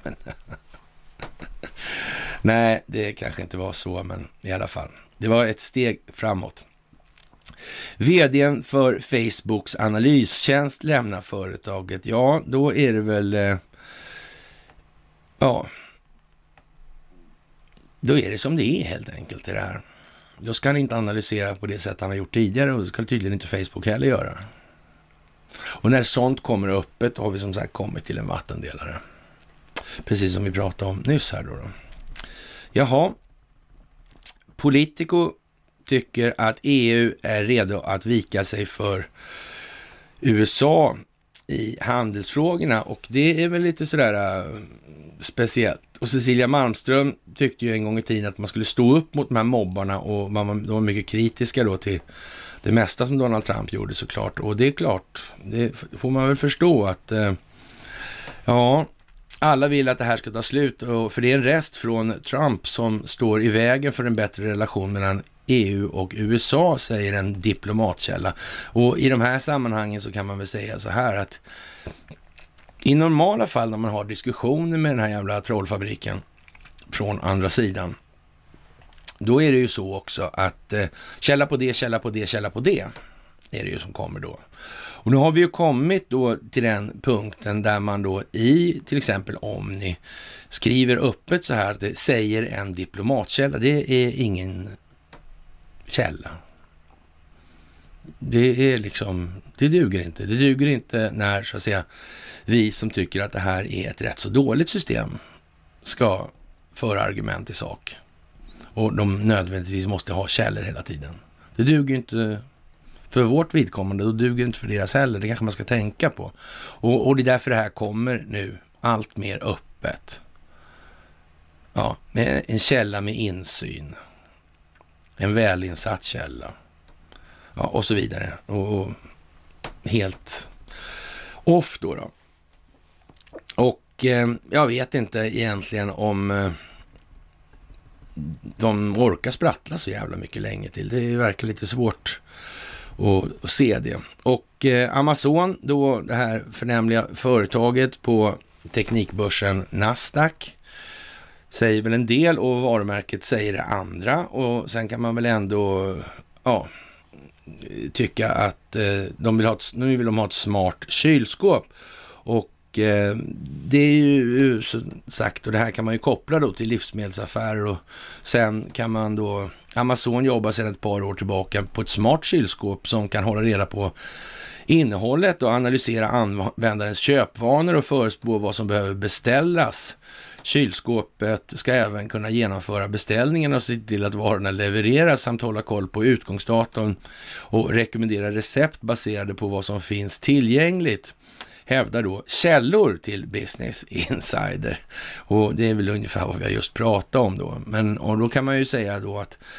Nej, det kanske inte var så, men i alla fall. Det var ett steg framåt. Vdn för Facebooks analystjänst lämnar företaget. Ja, då är det väl... Eh, ja... Då är det som det är helt enkelt i det här. Då ska han inte analysera på det sätt han har gjort tidigare, och det ska tydligen inte Facebook heller göra. Och när sånt kommer öppet har vi som sagt kommit till en vattendelare. Precis som vi pratade om nyss här då. då. Jaha. Politico tycker att E U är redo att vika sig för U S A i handelsfrågorna, och det är väl lite sådär uh, speciellt. Och Cecilia Malmström tyckte ju en gång i tiden att man skulle stå upp mot de här mobbarna, och man var, de var mycket kritiska då till det mesta som Donald Trump gjorde såklart. Och det är klart, det får man väl förstå att uh, ja, alla vill att det här ska ta slut, och för det är en rest från Trump som står i vägen för en bättre relation mellan E U och U S A, säger en diplomatkälla. Och i de här sammanhangen så kan man väl säga så här att i normala fall när man har diskussioner med den här jävla trollfabriken från andra sidan, då är det ju så också att eh, källa på det, källa på det, källa på det är det ju som kommer då. Och nu har vi ju kommit då till den punkten där man då i till exempel Omni skriver öppet så här att det säger en diplomatkälla. Det är ingen källa. Det är liksom, det duger inte. Det duger inte när så att säga vi som tycker att det här är ett rätt så dåligt system ska föra argument i sak. Och de nödvändigtvis måste ha källor hela tiden. Det duger inte för vårt vidkommande, och duger inte för deras heller. Det kanske man ska tänka på. Och, och det är därför det här kommer nu allt mer öppet. Ja, med en källa med insyn. En välinsatt källa. Ja, och så vidare. Och, och helt off då då. Och eh, jag vet inte egentligen om eh, de orkar sprattla så jävla mycket länge till. Det verkar lite svårt att, att se det. Och eh, Amazon, då det här förnämliga företaget på teknikbörsen Nasdaq, säger väl en del och varumärket säger det andra. Och sen kan man väl ändå ja, tycka att eh, de vill ha ett, nu vill de ha ett smart kylskåp. Och eh, det är ju så sagt, och det här kan man ju koppla då till livsmedelsaffärer, och sen kan man då, Amazon jobbar sedan ett par år tillbaka på ett smart kylskåp som kan hålla reda på innehållet och analysera användarens köpvanor och förutspå vad som behöver beställas. Kylskåpet ska även kunna genomföra beställningen och se till att varorna levereras samt hålla koll på utgångsdatum och rekommendera recept baserade på vad som finns tillgängligt, hävdar då källor till Business Insider. Och det är väl ungefär vad vi har just pratat om då. Men och då kan man ju säga då att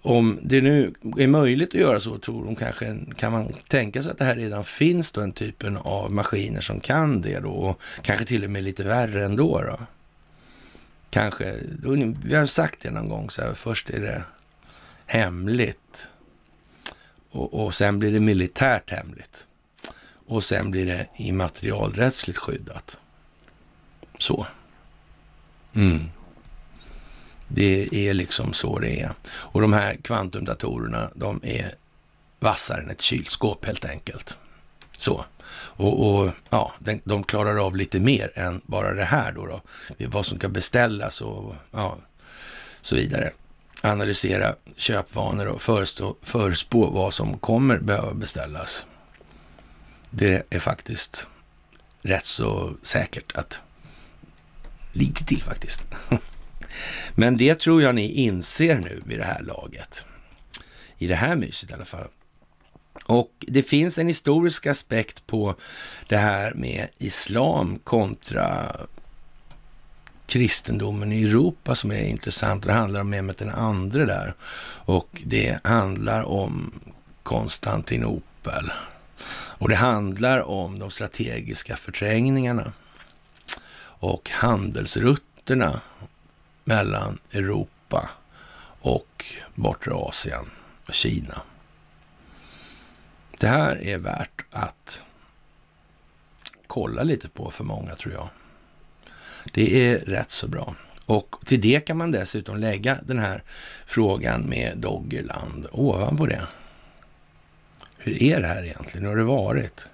om det nu är möjligt att göra så, tror de kanske, kan man tänka sig att det här redan finns då en typen av maskiner som kan det då, och kanske till och med lite värre ändå då. Kanske, vi har sagt det någon gång så här, först är det hemligt och, och sen blir det militärt hemligt och sen blir det immaterialrättsligt skyddat. Så. Mm. Det är liksom så det är. Och de här kvantumdatorerna, de är vassare än ett kylskåp helt enkelt. Så. Och, och ja, de, de klarar av lite mer än bara det här då. då. Vad som kan beställas och ja, så vidare. Analysera köpvanor och förstå, förspå vad som kommer behöva beställas. Det är faktiskt rätt så säkert att lite till faktiskt. Men det tror jag ni inser nu vid det här laget. I det här myset i alla fall. Och det finns en historisk aspekt på det här med islam kontra kristendomen i Europa som är intressant. Det handlar om Mehmet den andre där. Och det handlar om Konstantinopel. Och det handlar om de strategiska förträngningarna och handelsrutterna mellan Europa och bortre Asien och Kina. Det här är värt att kolla lite på för många, tror jag. Det är rätt så bra. Och till det kan man dessutom lägga den här frågan med Doggerland ovanpå det. Hur är det här egentligen? Hur har det varit?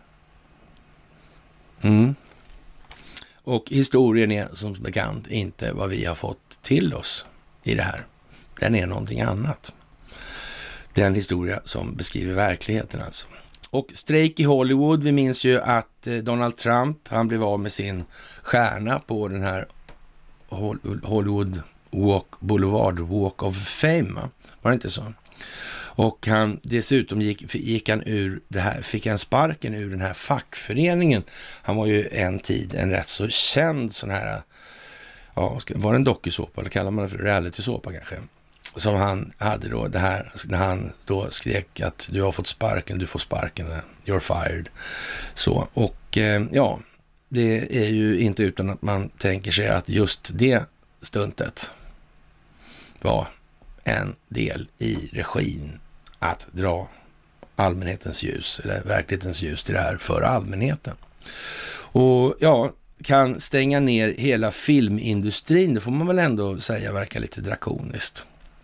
Mm. Och historien är som bekant inte vad vi har fått till oss i det här. Den är någonting annat. Det är en historia som beskriver verkligheten alltså. Och strejk i Hollywood, vi minns ju att Donald Trump, han blev av med sin stjärna på den här Hollywood Walk, Boulevard Walk of Fame. Var det inte så? Och han dessutom gick, gick han ur det här, fick han sparken ur den här fackföreningen. Han var ju en tid en rätt så känd sån här, ja, var det en dokusåpa eller kallar man det för reality-såpa kanske? Som han hade då, det här, när han då skrek att du har fått sparken, du får sparken, you're fired. Så, och eh, ja, det är ju inte utan att man tänker sig att just det stuntet var en del i regin att dra allmänhetens ljus, eller verklighetens ljus till det här för allmänheten. Och ja, kan stänga ner hela filmindustrin, det får man väl ändå säga verkar lite drakoniskt.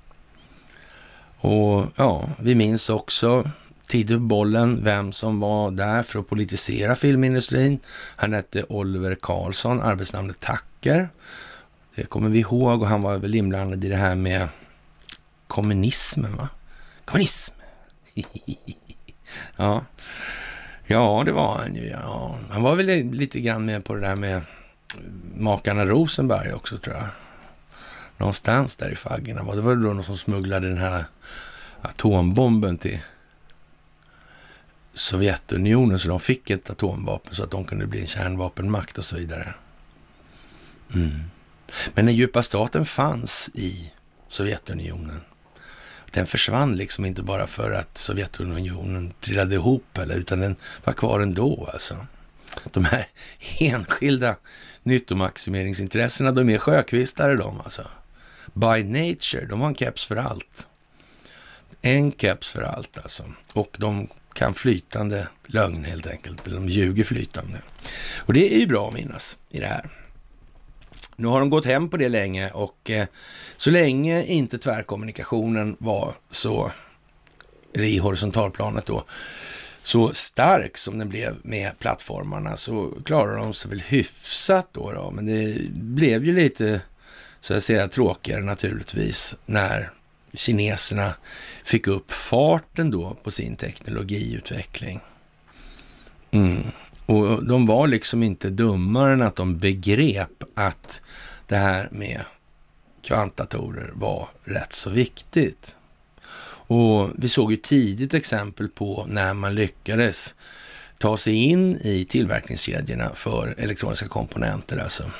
Och ja, vi minns också Tidöbollen, vem som var där för att politisera filmindustrin. Han hette Oliver Karlsson, arbetsnamnet Tacker. Det kommer vi ihåg, och han var väl inblandad i det här med kommunismen, va? Kommunism! ja. ja, det var han ju. Ja. Han var väl lite grann med på det där med makarna Rosenberg också, tror jag. Någonstans där i faggerna. Det var då någon som smugglade den här atombomben till Sovjetunionen, så de fick ett atomvapen så att de kunde bli en kärnvapenmakt och så vidare. Mm. Men den djupa staten fanns i Sovjetunionen. Den försvann liksom inte bara för att Sovjetunionen trillade ihop, eller, utan den var kvar ändå alltså. De här enskilda nyttomaximeringsintressena, de är sjökvistare de alltså. By nature, de har en keps för allt. En keps för allt alltså. Och de kan flytande lögn helt enkelt. Eller de ljuger flytande. Och det är ju bra att minnas i det här. Nu har de gått hem på det länge, och eh, så länge inte tvärkommunikationen var så, eller i horisontalplanet då, så stark som den blev med plattformarna, så klarar de sig väl hyfsat då, då. Men det blev ju lite, så jag säger, tråkigare naturligtvis när kineserna fick upp farten då på sin teknologiutveckling. Mm. Och de var liksom inte dummare än att de begrep att det här med kvantdatorer var rätt så viktigt. Och vi såg ju tidigt exempel på när man lyckades ta sig in i tillverkningskedjorna för elektroniska komponenter, alltså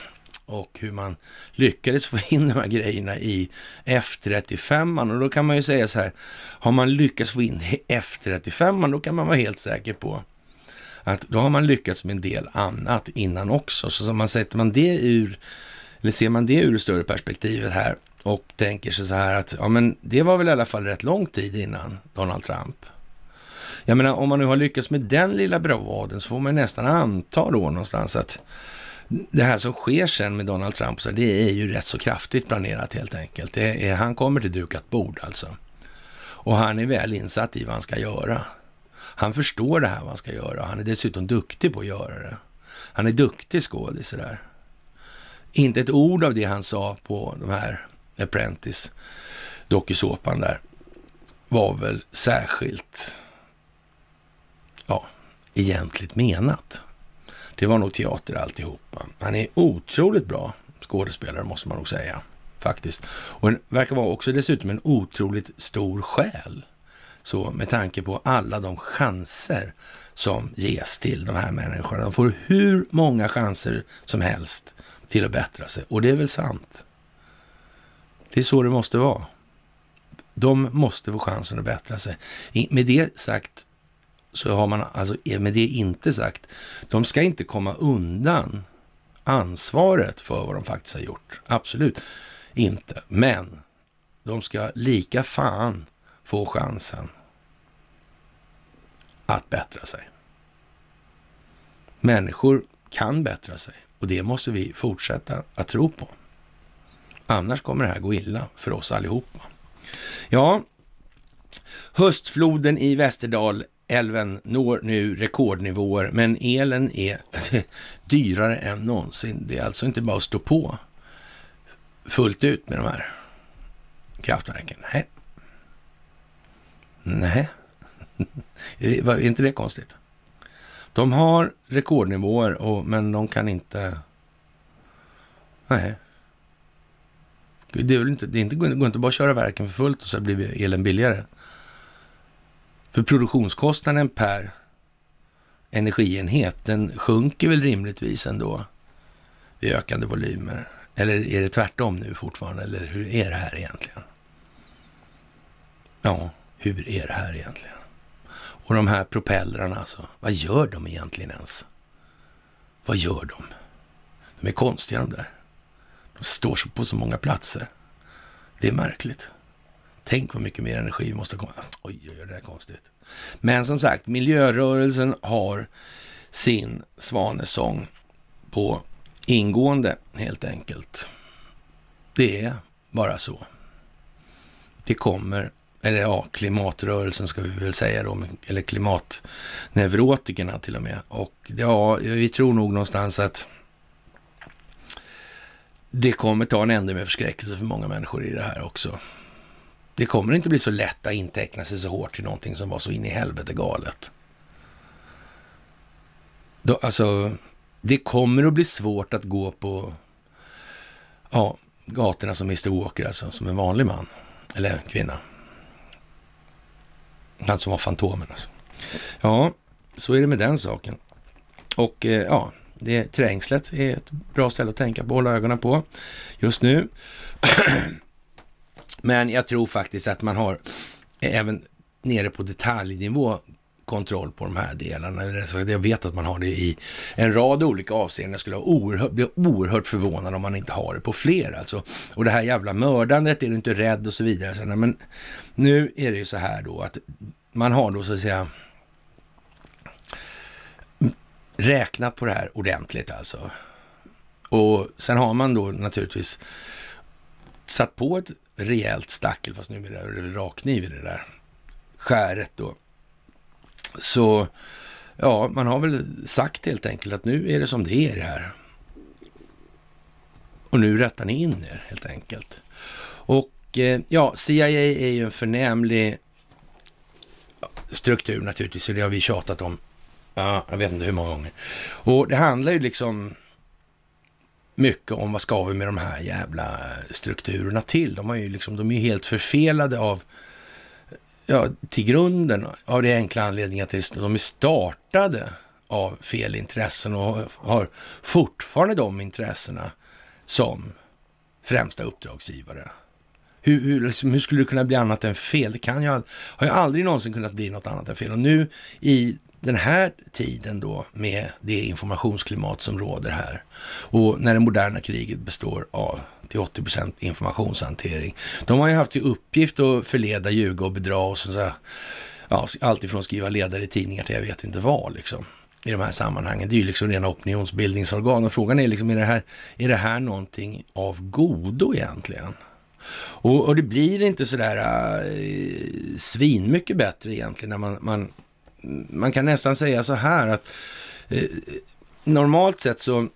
och hur man lyckades få in de här grejerna i F trettiofem. Och då kan man ju säga så här, har man lyckats få in F trettiofem, då kan man vara helt säker på att då har man lyckats med en del annat innan också. Så man sätter man det ur, eller ser man det ur det större perspektivet här och tänker sig så här att ja, men det var väl i alla fall rätt lång tid innan Donald Trump. Jag menar, om man nu har lyckats med den lilla bravaden så får man nästan anta då någonstans att det här som sker sen med Donald Trump, så det är ju rätt så kraftigt planerat helt enkelt. Det är, han kommer till dukat bord alltså. Och han är väl insatt i vad han ska göra. Han förstår det här vad han ska göra. Han är dessutom duktig på att göra det. Han är duktig skådis där. Inte ett ord av det han sa på de här Apprentice dokusåpan där var väl särskilt ja, egentligt menat. Det var nog teater alltihopa. Han är otroligt bra skådespelare måste man nog säga. Faktiskt. Och han verkar vara också dessutom en otroligt stor själ. Så med tanke på alla de chanser som ges till de här människorna. De får hur många chanser som helst till att bättra sig. Och det är väl sant. Det är så det måste vara. De måste få chansen att bättra sig. Med det sagt så har man, alltså med det inte sagt, de ska inte komma undan ansvaret för vad de faktiskt har gjort. Absolut inte. Men de ska lika fan få chansen att bättra sig. Människor kan bättra sig och det måste vi fortsätta att tro på. Annars kommer det här gå illa för oss allihopa. Ja, höstfloden i Västerdalälven når nu rekordnivåer, men elen är dyrare än någonsin. Det är alltså inte bara att stå på fullt ut med de här kraftverken. Nej. Nej. Är inte det konstigt? De har rekordnivåer, och, men de kan inte... Nej. Det är väl inte, det är inte, går inte bara att köra verken för fullt och så blir elen billigare. För produktionskostnaden per energienhet, den sjunker väl rimligtvis ändå i ökande volymer. Eller är det tvärtom nu fortfarande? Eller hur är det här egentligen? Ja, hur är det här egentligen? Och de här propellrarna alltså, vad gör de egentligen ens? Vad gör de? De är konstiga de där. De står på så många platser. Det är märkligt. Tänk vad mycket mer energi vi måste komma. Oj, oj, oj, det är konstigt. Men som sagt, miljörörelsen har sin svanesång på ingående helt enkelt. Det är bara så. Det kommer, eller ja, klimatrörelsen ska vi väl säga då, eller klimatneurotikerna till och med. Och ja, vi tror nog någonstans att det kommer ta en ände med förskräckelse för många människor i det här också. Det kommer inte bli så lätt att inteckna sig så hårt till någonting som var så in i helvete galet. Då, alltså, det kommer att bli svårt att gå på ja, gatorna som mister Walker, alltså som en vanlig man eller kvinna. Han som var Fantomen alltså. Ja, så är det med den saken. Och eh, ja, det trängslet är ett bra ställe att tänka på, hålla ögonen på just nu. Men jag tror faktiskt att man har även nere på detaljnivå kontroll på de här delarna. Jag vet att man har det i en rad olika avseenden. Jag skulle oerhört, bli oerhört förvånad om man inte har det på fler. Alltså. Och det här jävla mördandet, är du inte rädd och så vidare. Så, nej, men nu är det ju så här då att man har då så att säga räknat på det här ordentligt alltså. Och sen har man då naturligtvis satt på ett rejält stackel, fast nu är det rakkniv i det där skäret då. Så ja, man har väl sagt helt enkelt att nu är det som det är det här. Och nu rättar ni in er helt enkelt. Och eh, ja, C I A är ju en förnämlig struktur naturligtvis, och det har vi tjatat om. Ja, jag vet inte hur många gånger. Och det handlar ju liksom mycket om vad ska vi med de här jävla strukturerna till. De är ju liksom, de är helt förfelade av, ja, till grunden av det enkla anledningen att de är startade av fel intressen och har fortfarande de intressena som främsta uppdragsgivare. Hur, hur, liksom, hur skulle det kunna bli annat än fel? Det kan jag, har ju aldrig någonsin kunnat bli något annat än fel. Och nu i den här tiden då med det informationsklimat som råder här och när det moderna kriget består av till åttio procent informationshantering. De har ju haft till uppgift att förleda, ljuga och bedra och så här, ja, allt ifrån skriva ledare i tidningar till jag vet inte vad liksom i de här sammanhangen. Det är ju liksom rena opinionsbildningsorgan och frågan är liksom, är det här, är det här någonting av godo egentligen? Och, och det blir inte sådär äh, svin mycket bättre egentligen när man, man, man kan nästan säga så här att äh, normalt sett så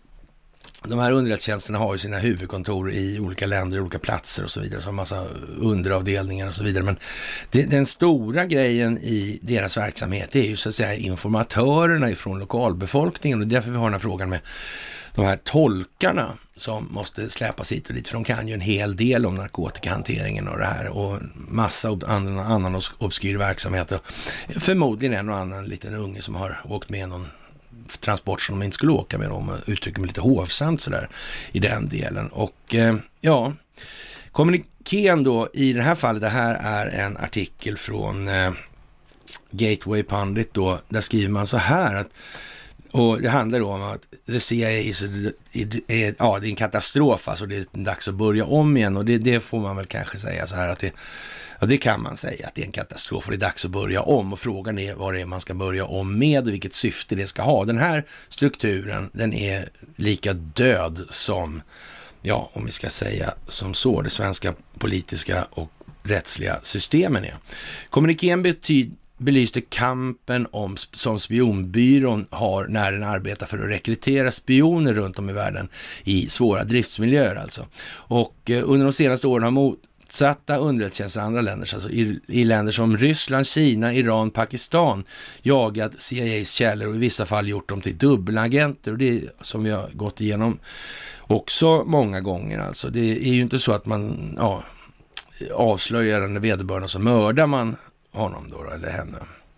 de här underrättelsetjänsterna har ju sina huvudkontor i olika länder, olika platser och så vidare, så en massa underavdelningar och så vidare. Men det, den stora grejen i deras verksamhet är ju så att säga informatörerna ifrån lokalbefolkningen och därför vi har den här frågan med de här tolkarna som måste släpas hit och dit, för de kan ju en hel del om narkotikahanteringen och det här och massa ob- annan, annan obskyr verksamhet och förmodligen en och annan liten unge som har åkt med någon transport som de inte skulle åka med, om och uttrycker mig lite hovsamt sådär i den delen. Och eh, ja, kommunikén då i det här fallet, det här är en artikel från eh, Gateway Pundit då, där skriver man så här att, och det handlar då om att the C I A är, är, ja, det är en katastrof, alltså det är dags att börja om igen och det, det får man väl kanske säga så här att det, ja, det kan man säga att det är en katastrof och det är dags att börja om och frågan är vad det är man ska börja om med och vilket syfte det ska ha. Den här strukturen, den är lika död som, ja, om vi ska säga som så, det svenska politiska och rättsliga systemen är. Kommunikén betyder belyste kampen om, som spionbyrån har när den arbetar för att rekrytera spioner runt om i världen i svåra driftsmiljöer alltså. Och eh, under de senaste åren har motsatta underrättelsetjänster i andra länder, alltså i, i länder som Ryssland, Kina, Iran, Pakistan, jagat C I A:s källor och i vissa fall gjort dem till dubbelagenter och det är som vi har gått igenom också många gånger alltså. Det är ju inte så att man ja, avslöjar den vederbörande så mördar man honom då eller henne.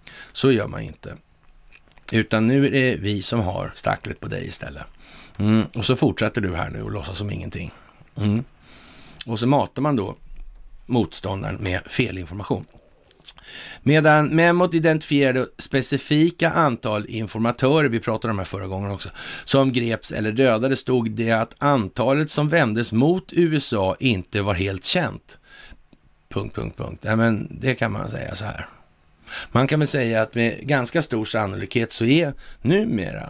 Så gör man inte. Utan nu är det vi som har stacklet på dig istället. Mm. Och så fortsätter du här nu och låtsas som ingenting. Mm. Och så matar man då motståndaren med fel information. Medan memot identifierade specifika antal informatörer, vi pratade om det här förra gången också, som greps eller dödade, stod det att antalet som vändes mot U S A inte var helt känt. Punkt, punkt, punkt. Ja, men det kan man säga så här. Man kan väl säga att med ganska stor sannolikhet så är numera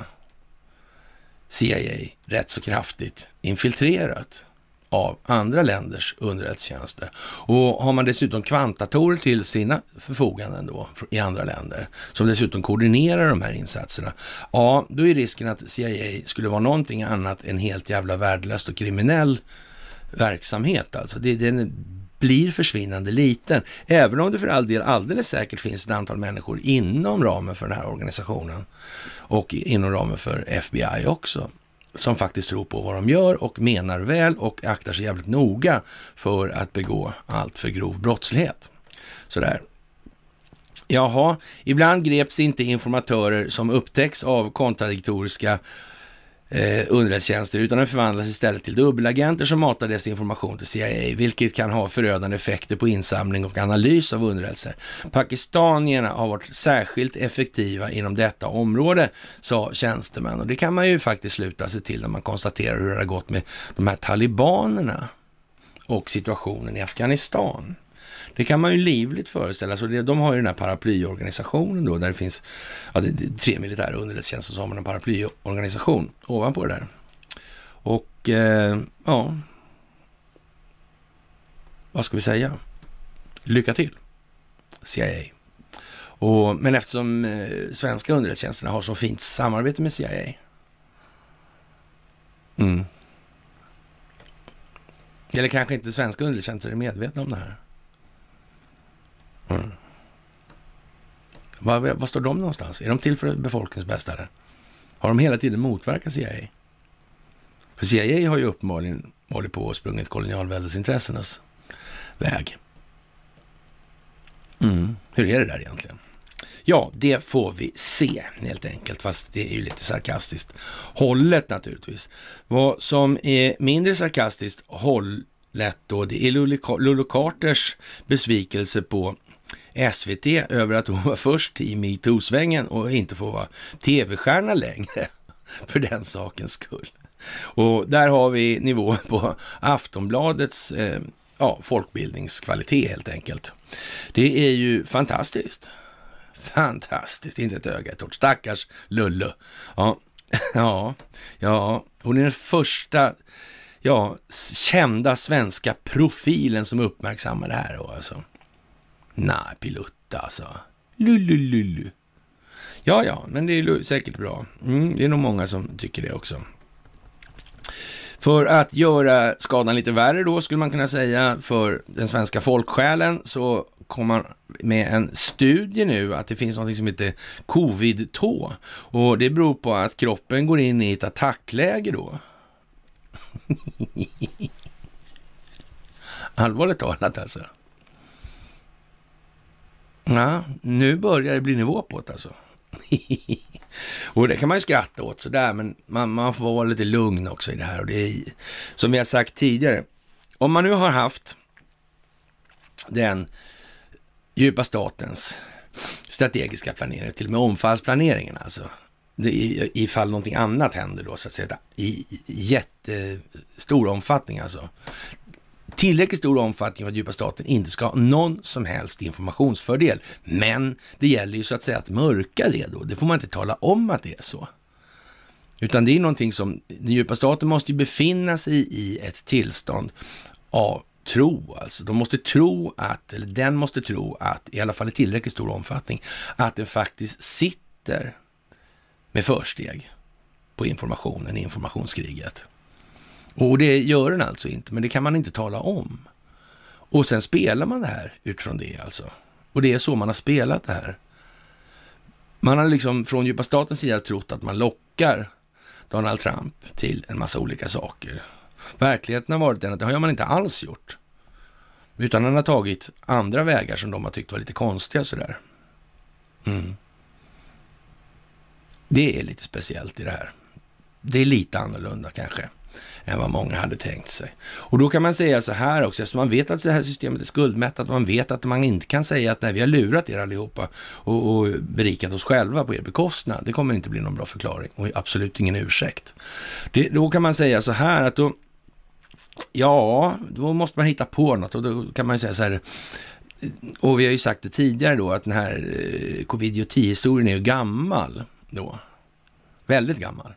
C I A rätt så kraftigt infiltrerat av andra länders underrättelsetjänster. Och har man dessutom kvantdatorer till sina förfoganden då i andra länder som dessutom koordinerar de här insatserna, ja, då är risken att C I A skulle vara någonting annat än helt jävla värdelöst och kriminell verksamhet. Alltså det, det blir försvinnande liten, även om det för all del alldeles säkert finns ett antal människor inom ramen för den här organisationen och inom ramen för F B I också, som faktiskt tror på vad de gör och menar väl och aktar sig jävligt noga för att begå allt för grov brottslighet. Sådär. Jaha, ibland greps inte informatörer som upptäcks av kontradiktoriska Eh, underrättelsetjänster utan den förvandlas istället till dubbelagenter som matar dess information till C I A, vilket kan ha förödande effekter på insamling och analys av underrättelser. Pakistanierna har varit särskilt effektiva inom detta område, sa tjänstemän, och det kan man ju faktiskt sluta sig till när man konstaterar hur det har gått med de här talibanerna och situationen i Afghanistan. Det kan man ju livligt föreställa sig. De har ju den här paraplyorganisationen då, där det finns ja, det är tre militära underrättelsetjänster som har en paraplyorganisation ovanpå det där. Och eh, ja, vad ska vi säga? Lycka till, C I A. Och, men eftersom eh, svenska underrättelsetjänsterna har så fint samarbete med C I A. Mm. Eller kanske inte svenska underrättelsetjänster är medvetna om det här. Mm. Vad, vad står de någonstans? Är de till för befolkningens bästa där? Har de hela tiden motverkat C I A? För C I A har ju uppenbarligen hållit på och sprungit kolonialväldesintressenas väg. Mm. Hur är det där egentligen? Ja, det får vi se helt enkelt, fast det är ju lite sarkastiskt hållet naturligtvis. Vad som är mindre sarkastiskt hållet då, det är Lulu Carters besvikelse på S V T över att hon var först i MeToo-svängen och inte får vara tv-stjärna längre för den sakens skull. Och där har vi nivå på Aftonbladets eh, ja, folkbildningskvalitet helt enkelt. Det är ju fantastiskt. Fantastiskt, inte ett öga ett ord. Stackars Lullu. Ja, ja, ja, hon är den första ja, kända svenska profilen som uppmärksammar det här då, alltså. Nej, pilutta alltså. Lullu, lullu. Ja, ja, men det är säkert bra. Mm, det är nog många som tycker det också. För att göra skadan lite värre då, skulle man kunna säga, för den svenska folksjälen, så kommer man med en studie nu att det finns något som heter covid-tå. Och det beror på att kroppen går in i ett attackläge då. Allvarligt talat alltså. Ja, nu börjar det bli nivå på det alltså. Och det kan man ju skratta åt sådär, men man, man får vara lite lugn också i det här. Och det är, som vi har sagt tidigare, om man nu har haft den djupa statens strategiska planering, till och med omfallsplaneringen alltså, det, ifall någonting annat händer då så att säga, i jättestor omfattning alltså. Tillräckligt stor omfattning för att djupa staten inte ska ha någon som helst informationsfördel. Men det gäller ju så att säga att mörka det då. Det får man inte tala om att det är så. Utan det är någonting som den djupa staten måste ju befinna sig i ett tillstånd av tro. Alltså de måste tro att, eller den måste tro att, i alla fall i tillräckligt stor omfattning, att den faktiskt sitter med försteg på informationen i informationskriget. Och det gör den alltså inte, men det kan man inte tala om. Och sen spelar man det här utifrån det alltså. Och det är så man har spelat det här. Man har liksom från djupa statens sida trott att man lockar Donald Trump till en massa olika saker. Verkligheten har varit den att det har man inte alls gjort. Utan han har tagit andra vägar som de har tyckt var lite konstiga sådär. Mm. Det är lite speciellt i det här. Det är lite annorlunda kanske än vad många hade tänkt sig. Och då kan man säga så här också, eftersom man vet att det här systemet är skuldmättat, man vet att man inte kan säga att nej, vi har lurat er allihopa och, och berikat oss själva på er bekostnad. Det kommer inte bli någon bra förklaring och absolut ingen ursäkt. Det, då kan man säga så här att då, ja, då måste man hitta på något och då kan man säga så här, och vi har ju sagt det tidigare då att den här eh, covid tio-historien är ju gammal då. Väldigt gammal.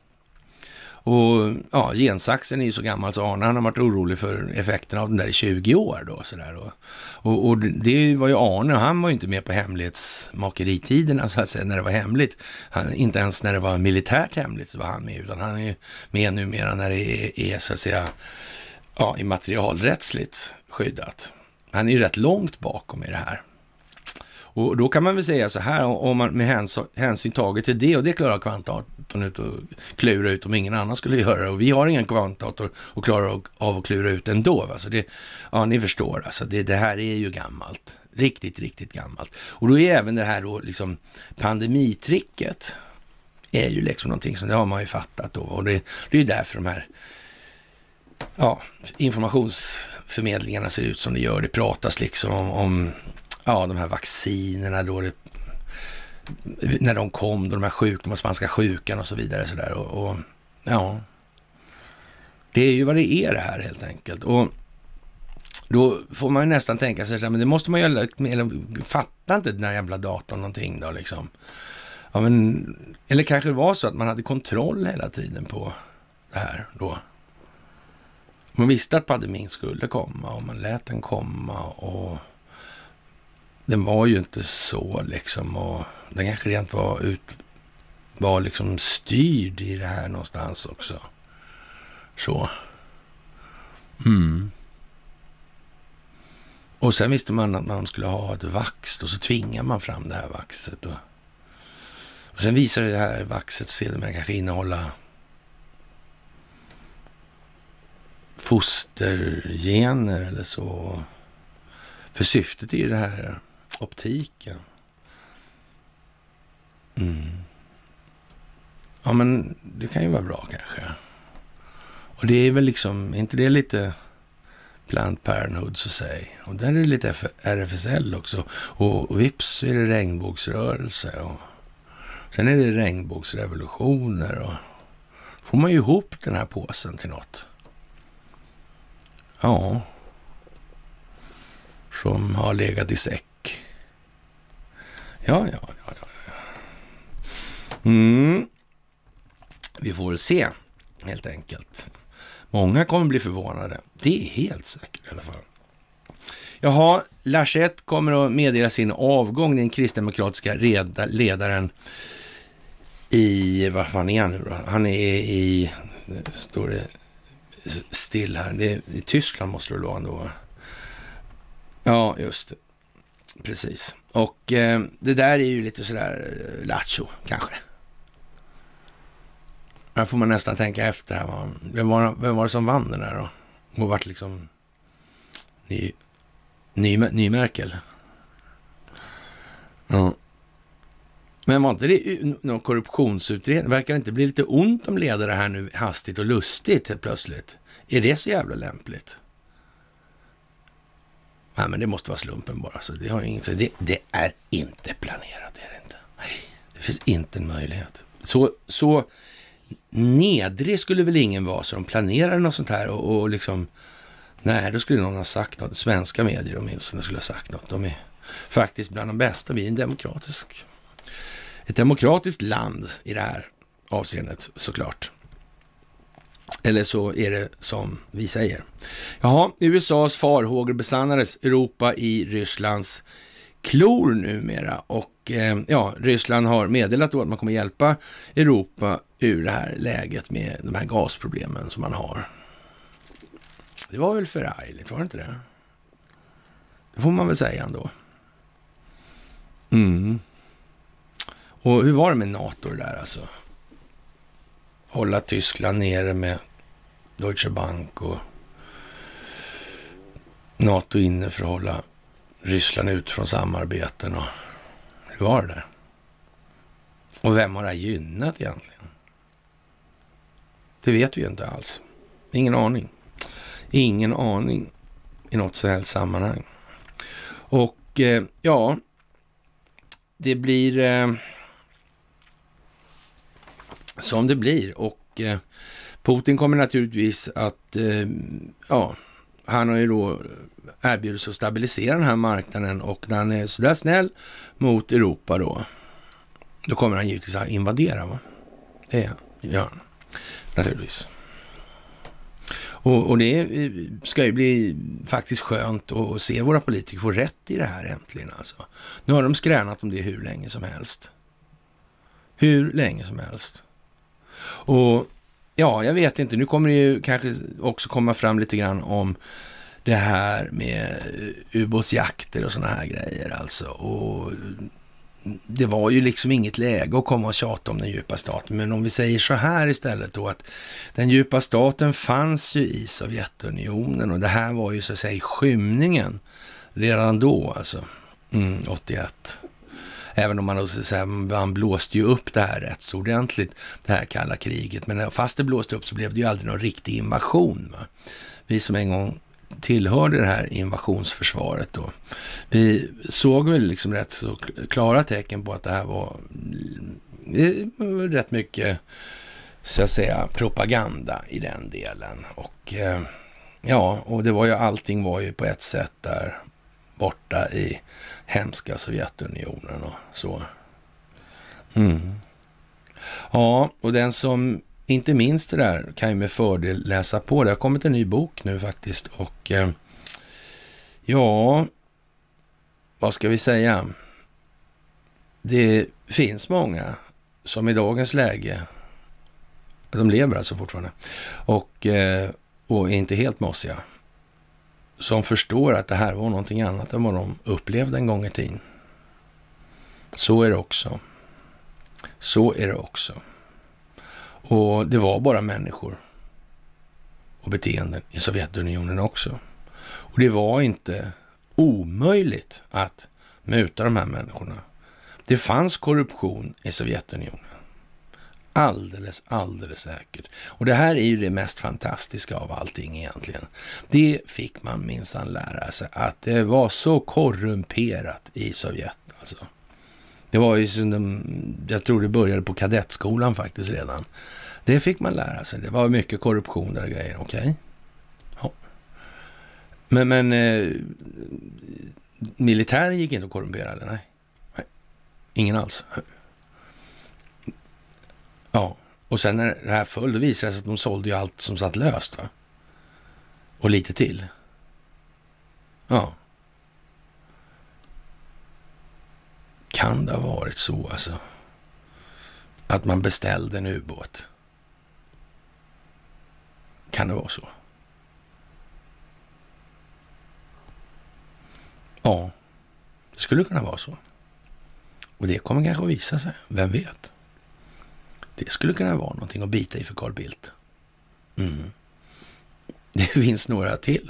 Och ja, gensaxen är ju så gammal så Arne han har varit orolig för effekterna av den där i tjugo år då. Sådär. Och, och, och det var ju Arne, han var ju inte med på hemlighetsmakeritiderna så att säga när det var hemligt. Han, inte ens när det var militärt hemligt var han med, utan han är ju med numera när det är, är så att säga ja, immaterialrättsligt skyddat. Han är ju rätt långt bakom i det här. Och då kan man väl säga så här, om man med hänsyn, hänsyn taget till det, och det klarar kvantdatorn ut och klura ut om ingen annan skulle göra det. Och vi har ingen kvantdator och klarar av att klura ut ändå. Alltså det, ja, ni förstår, alltså det, det här är ju gammalt. Riktigt, riktigt gammalt. Och då är även det här då liksom pandemitricket är ju liksom någonting som det har man ju fattat då. Och det, det är ju därför de här ja, informationsförmedlingarna ser ut som det gör. Det pratas liksom om, om ja, de här vaccinerna då, det, när de kom, då de här sjukdomar, spanska sjukan och så vidare. Så där. Och, och ja, det är ju vad det är det här helt enkelt. Och då får man ju nästan tänka sig, men det måste man ju, eller fatta inte den här jävla datorn någonting då liksom. Ja, men, eller kanske det var så att man hade kontroll hela tiden på det här då. Man visste att pandemin skulle komma och man lät den komma och den var ju inte så liksom, och den kanske rent var ut, var liksom styrd i det här någonstans också. Så. Mm. Och sen visste man att man skulle ha ett vax och så tvingar man fram det här vaxet. Och, och sen visar det här vaxet sedan man kanske innehålla fostergener eller så. För syftet är ju det här optiken. Mm. Ja, men det kan ju vara bra kanske. Och det är väl liksom, är inte det lite Planned Parenthood så säg. Och där är det lite R F S L också. Och, och vips så är det regnbågsrörelse. Och sen är det regnbågsrevolutioner. Och får man ju ihop den här påsen till något. Ja. Som har legat i säck. Ja, ja, ja, ja. Mm. Vi får väl se, helt enkelt. Många kommer bli förvånade. Det är helt säkert i alla fall. Jaha, Laschet kommer att meddela sin avgång. Den kristdemokratiska ledaren i, vad fan är han nu då? Han är i, står det still här. Det är, i Tyskland måste det vara ändå. Ja, just det. Precis. Och eh, det där är ju lite sådär eh, lattjo, kanske. Här får man nästan tänka efter här. Va? Vem, var, vem var det som vann den där då? Och vart liksom ny, ny, ny Merkel. Ja. Men var inte det någon korruptionsutredning? Verkar det inte bli lite ont om ledare här nu hastigt och lustigt helt plötsligt? Är det så jävla lämpligt? Nej, men det måste vara slumpen bara. Så det, har inget, så det, det är inte planerat, det är det inte. Nej, det finns inte en möjlighet. Så, så nedrig skulle väl ingen vara så de planerar något sånt här och, och liksom, nej, då skulle någon ha sagt något. Svenska medier åtminstone skulle ha sagt något. De är faktiskt bland de bästa. Vi är en demokratisk, ett demokratiskt land i det här avseendet såklart. Eller så är det som vi säger. Jaha, U S A:s farhågor besannades. Europa i Rysslands klor numera. Och eh, ja, Ryssland har meddelat då att man kommer hjälpa Europa ur det här läget med de här gasproblemen som man har. Det var väl förargligt, var det inte det? Det får man väl säga ändå. Mm. Och hur var det med NATO där alltså? Hålla Tyskland nere med Deutsche Bank och NATO inne för att hålla Ryssland ut från samarbeten. Och hur var det där? Och vem har det gynnat egentligen? Det vet vi ju inte alls. Ingen aning. Ingen aning i något så här sammanhang. Och eh, ja, det blir eh, som det blir. Och eh, Putin kommer naturligtvis att, eh, ja, han har ju då erbjudit sig att stabilisera den här marknaden och när han är sådär snäll mot Europa då, då kommer han givetvis att invadera, va? Det gör han, naturligtvis. Och, och det ska ju bli faktiskt skönt att se våra politiker få rätt i det här äntligen alltså. Nu har de skränat om det hur länge som helst. Hur länge som helst. Och ja, jag vet inte. Nu kommer det ju kanske också komma fram lite grann om det här med ubåtsjakter och såna här grejer alltså. Och det var ju liksom inget läge att komma och tjata om den djupa staten. Men om vi säger så här istället då, att den djupa staten fanns ju i Sovjetunionen och det här var ju så att säga skymningen redan då alltså, mm, åttioett. Även om man, också, så här, man blåste ju upp det här rätt så ordentligt, det här kalla kriget. Men fast det blåste upp så blev det ju aldrig någon riktig invasion. Va? Vi som en gång tillhörde det här invasionsförsvaret då. Vi såg väl liksom rätt så klara tecken på att det här var, det var rätt mycket så att säga propaganda i den delen. Och eh, ja, och det var ju, allting var ju på ett sätt där borta i hemska Sovjetunionen och så. Mm. Ja, och den som inte minst det där kan ju med fördel läsa på. Det har kommit en ny bok nu faktiskt och eh, ja, vad ska vi säga? Det finns många som i dagens läge, de lever alltså fortfarande och, eh, och är inte helt mossiga, som förstår att det här var någonting annat än vad de upplevde en gång i tiden. Så är det också. Så är det också. Och det var bara människor och beteenden i Sovjetunionen också. Och det var inte omöjligt att muta de här människorna Det fanns korruption i Sovjetunionen. Alldeles, alldeles säkert. Och det här är ju det mest fantastiska av allting egentligen. Det fick man minsann lära sig, att det var så korrumperat i Sovjet. Alltså. Det var ju som de, jag tror det började på kadettskolan faktiskt redan. Det fick man lära sig. Det var mycket korruption där och grejer, okej. Okay. Ja. Men, men eh, militären gick inte att korrumpera, eller? Nej. Nej. Ingen alls. Ja, och sen när det här föll, då visade det sig att de sålde ju allt som satt löst, va? Och lite till. Ja. Kan det ha varit så, alltså, att man beställde en ubåt? Kan det vara så? Ja, det skulle kunna vara så. Och det kommer kanske att visa sig, vem vet? Det skulle kunna vara någonting att bita i för Carl Bildt. Mm. Det finns några till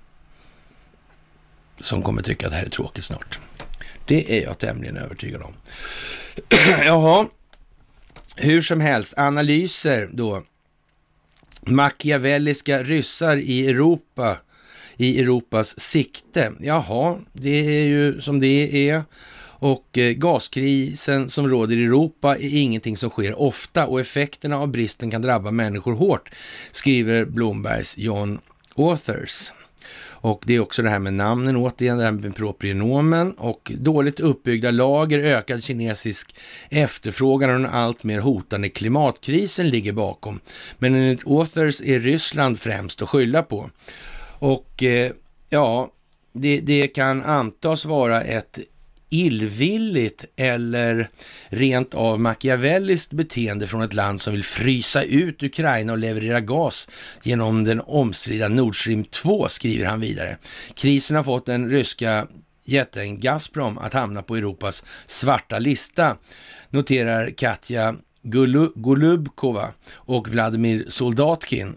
som kommer tycka att det här är tråkigt snart. Det är jag tämligen övertygad om. Jaha, hur som helst, analyser då. Machiavelliska ryssar i Europa, i Europas sikte. Jaha, det är ju som det är. Och eh, gaskrisen som råder i Europa är ingenting som sker ofta och effekterna av bristen kan drabba människor hårt, skriver Bloombergs John Authors. Och det är också det här med namnen återigen, det här med proprionomen och dåligt uppbyggda lager, ökad kinesisk efterfrågan och den allt mer hotande klimatkrisen ligger bakom. Men enligt Authors är Ryssland främst att skylla på. Och eh, ja, det, det kan antas vara ett illvilligt eller rent av machiavelliskt beteende från ett land som vill frysa ut Ukraina och leverera gas genom den omstridda Nord Stream två, skriver han vidare. Krisen har fått den ryska jätten Gazprom att hamna på Europas svarta lista, noterar Katja Golubkova och Vladimir Soldatkin.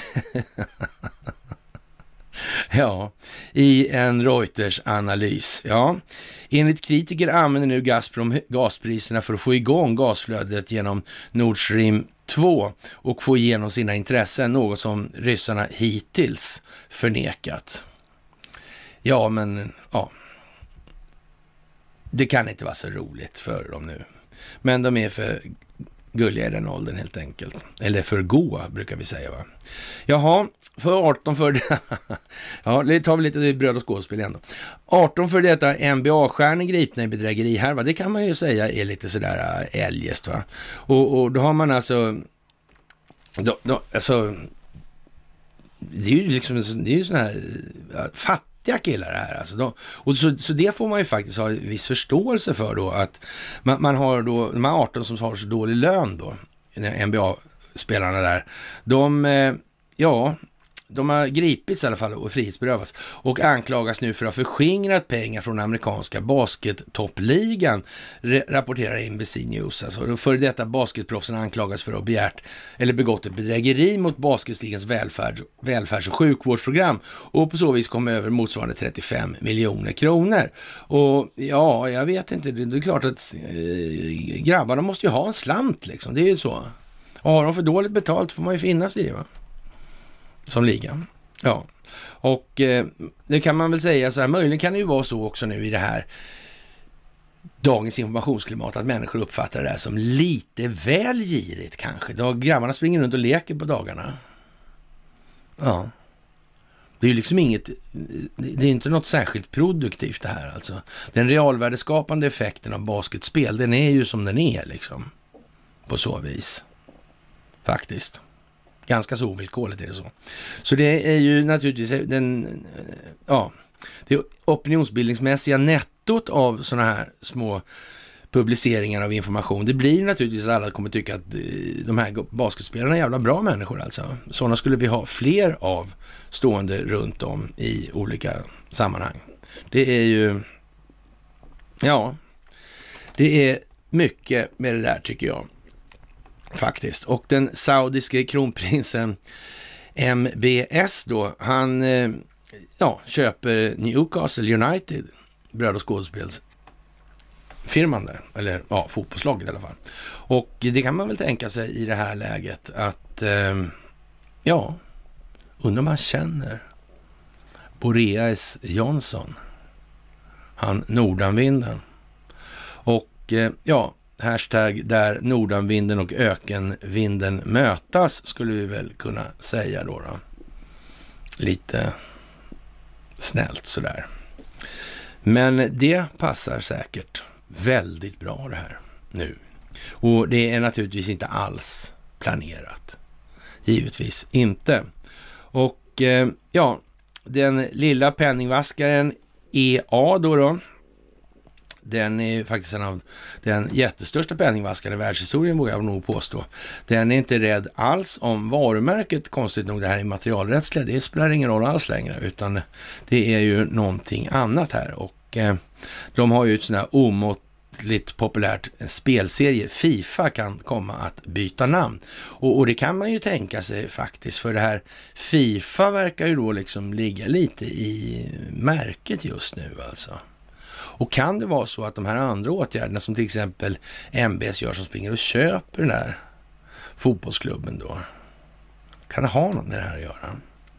Ja, i en Reuters-analys. Ja, enligt kritiker använder nu Gazprom gaspriserna för att få igång gasflödet genom Nord Stream två och få igenom sina intressen, något som ryssarna hittills förnekat. Ja, men ja, det kan inte vara så roligt för dem nu. Men de är för gulliga i den åldern helt enkelt. Eller för goa brukar vi säga, va? Jaha, för arton för det. Ja, det tar vi lite bröd och skådespel igen då. arton för detta N B A-stjärnor gripna i bedrägeri här, va? Det kan man ju säga är lite sådär eljest, va? Och, och då har man alltså, då, då, alltså det är ju liksom, det är ju sådana här fattiga killar här alltså. Då, och så, så det får man ju faktiskt ha viss förståelse för då, att man, man har då de här arton som har så dålig lön då, N B A-spelarna där, de, eh, ja, de har gripits i alla fall och frihetsberövas och anklagas nu för att ha förskingrat pengar från amerikanska baskettoppligan, rapporterar N B C News. Alltså, för detta basketproffsen anklagas för att ha begärt eller begått ett bedrägeri mot basketligans välfärd, välfärds- och sjukvårdsprogram och på så vis kom över motsvarande trettiofem miljoner kronor. Och ja, jag vet inte, det är klart att äh, grabbarna måste ju ha en slant liksom, det är ju så. Och har de för dåligt betalt får man ju finnas i det, va? Som liga. Ja. Och eh, det kan man väl säga så här, möjligen kan det ju vara så också nu i det här dagens informationsklimat att människor uppfattar det här som lite väl girigt kanske. Då grabbarna springer runt och leker på dagarna. Ja. Det är ju liksom inget, det är inte något särskilt produktivt det här alltså. Den realvärdeskapande effekten av basketspel, den är ju som den är liksom. På så vis. Faktiskt. Ganska så ovillkorligt är det så. Så det är ju naturligtvis den, ja, det opinionsbildningsmässiga nettot av sådana här små publiceringar av information. Det blir naturligtvis att alla kommer tycka att de här basketspelarna är jävla bra människor alltså. Sådana skulle vi ha fler av stående runt om i olika sammanhang. Det är ju, ja, det är mycket med det där tycker jag. Faktiskt. Och den saudiske kronprinsen M B S då, han ja, köper Newcastle United, bröd- och skådespels firman där, eller ja, fotbollslaget i alla fall. Och det kan man väl tänka sig i det här läget att eh, ja, undrar om man känner Boreas Johnson, han nordanvinden. Och eh, ja, hashtag där nordanvinden och ökenvinden mötas skulle vi väl kunna säga då. då. Lite snällt sådär. Men det passar säkert väldigt bra det här nu. Och det är naturligtvis inte alls planerat. Givetvis inte. Och eh, ja, den lilla penningvaskaren E A då då. Den är faktiskt en av den jättestörsta penningvaskaren i världshistorien, vågar jag nog påstå. Den är inte rädd alls om varumärket, konstigt nog, det här är materialrättsliga. Det spelar ingen roll alls längre, utan det är ju någonting annat här. Och eh, de har ju ett sån här omåttligt populärt spelserie. FIFA kan komma att byta namn. Och, och det kan man ju tänka sig faktiskt, för det här FIFA verkar ju då liksom ligga lite i märket just nu alltså. Och kan det vara så att de här andra åtgärderna som till exempel M B S gör, som springer och köper den här fotbollsklubben då, kan det ha något med det här att göra?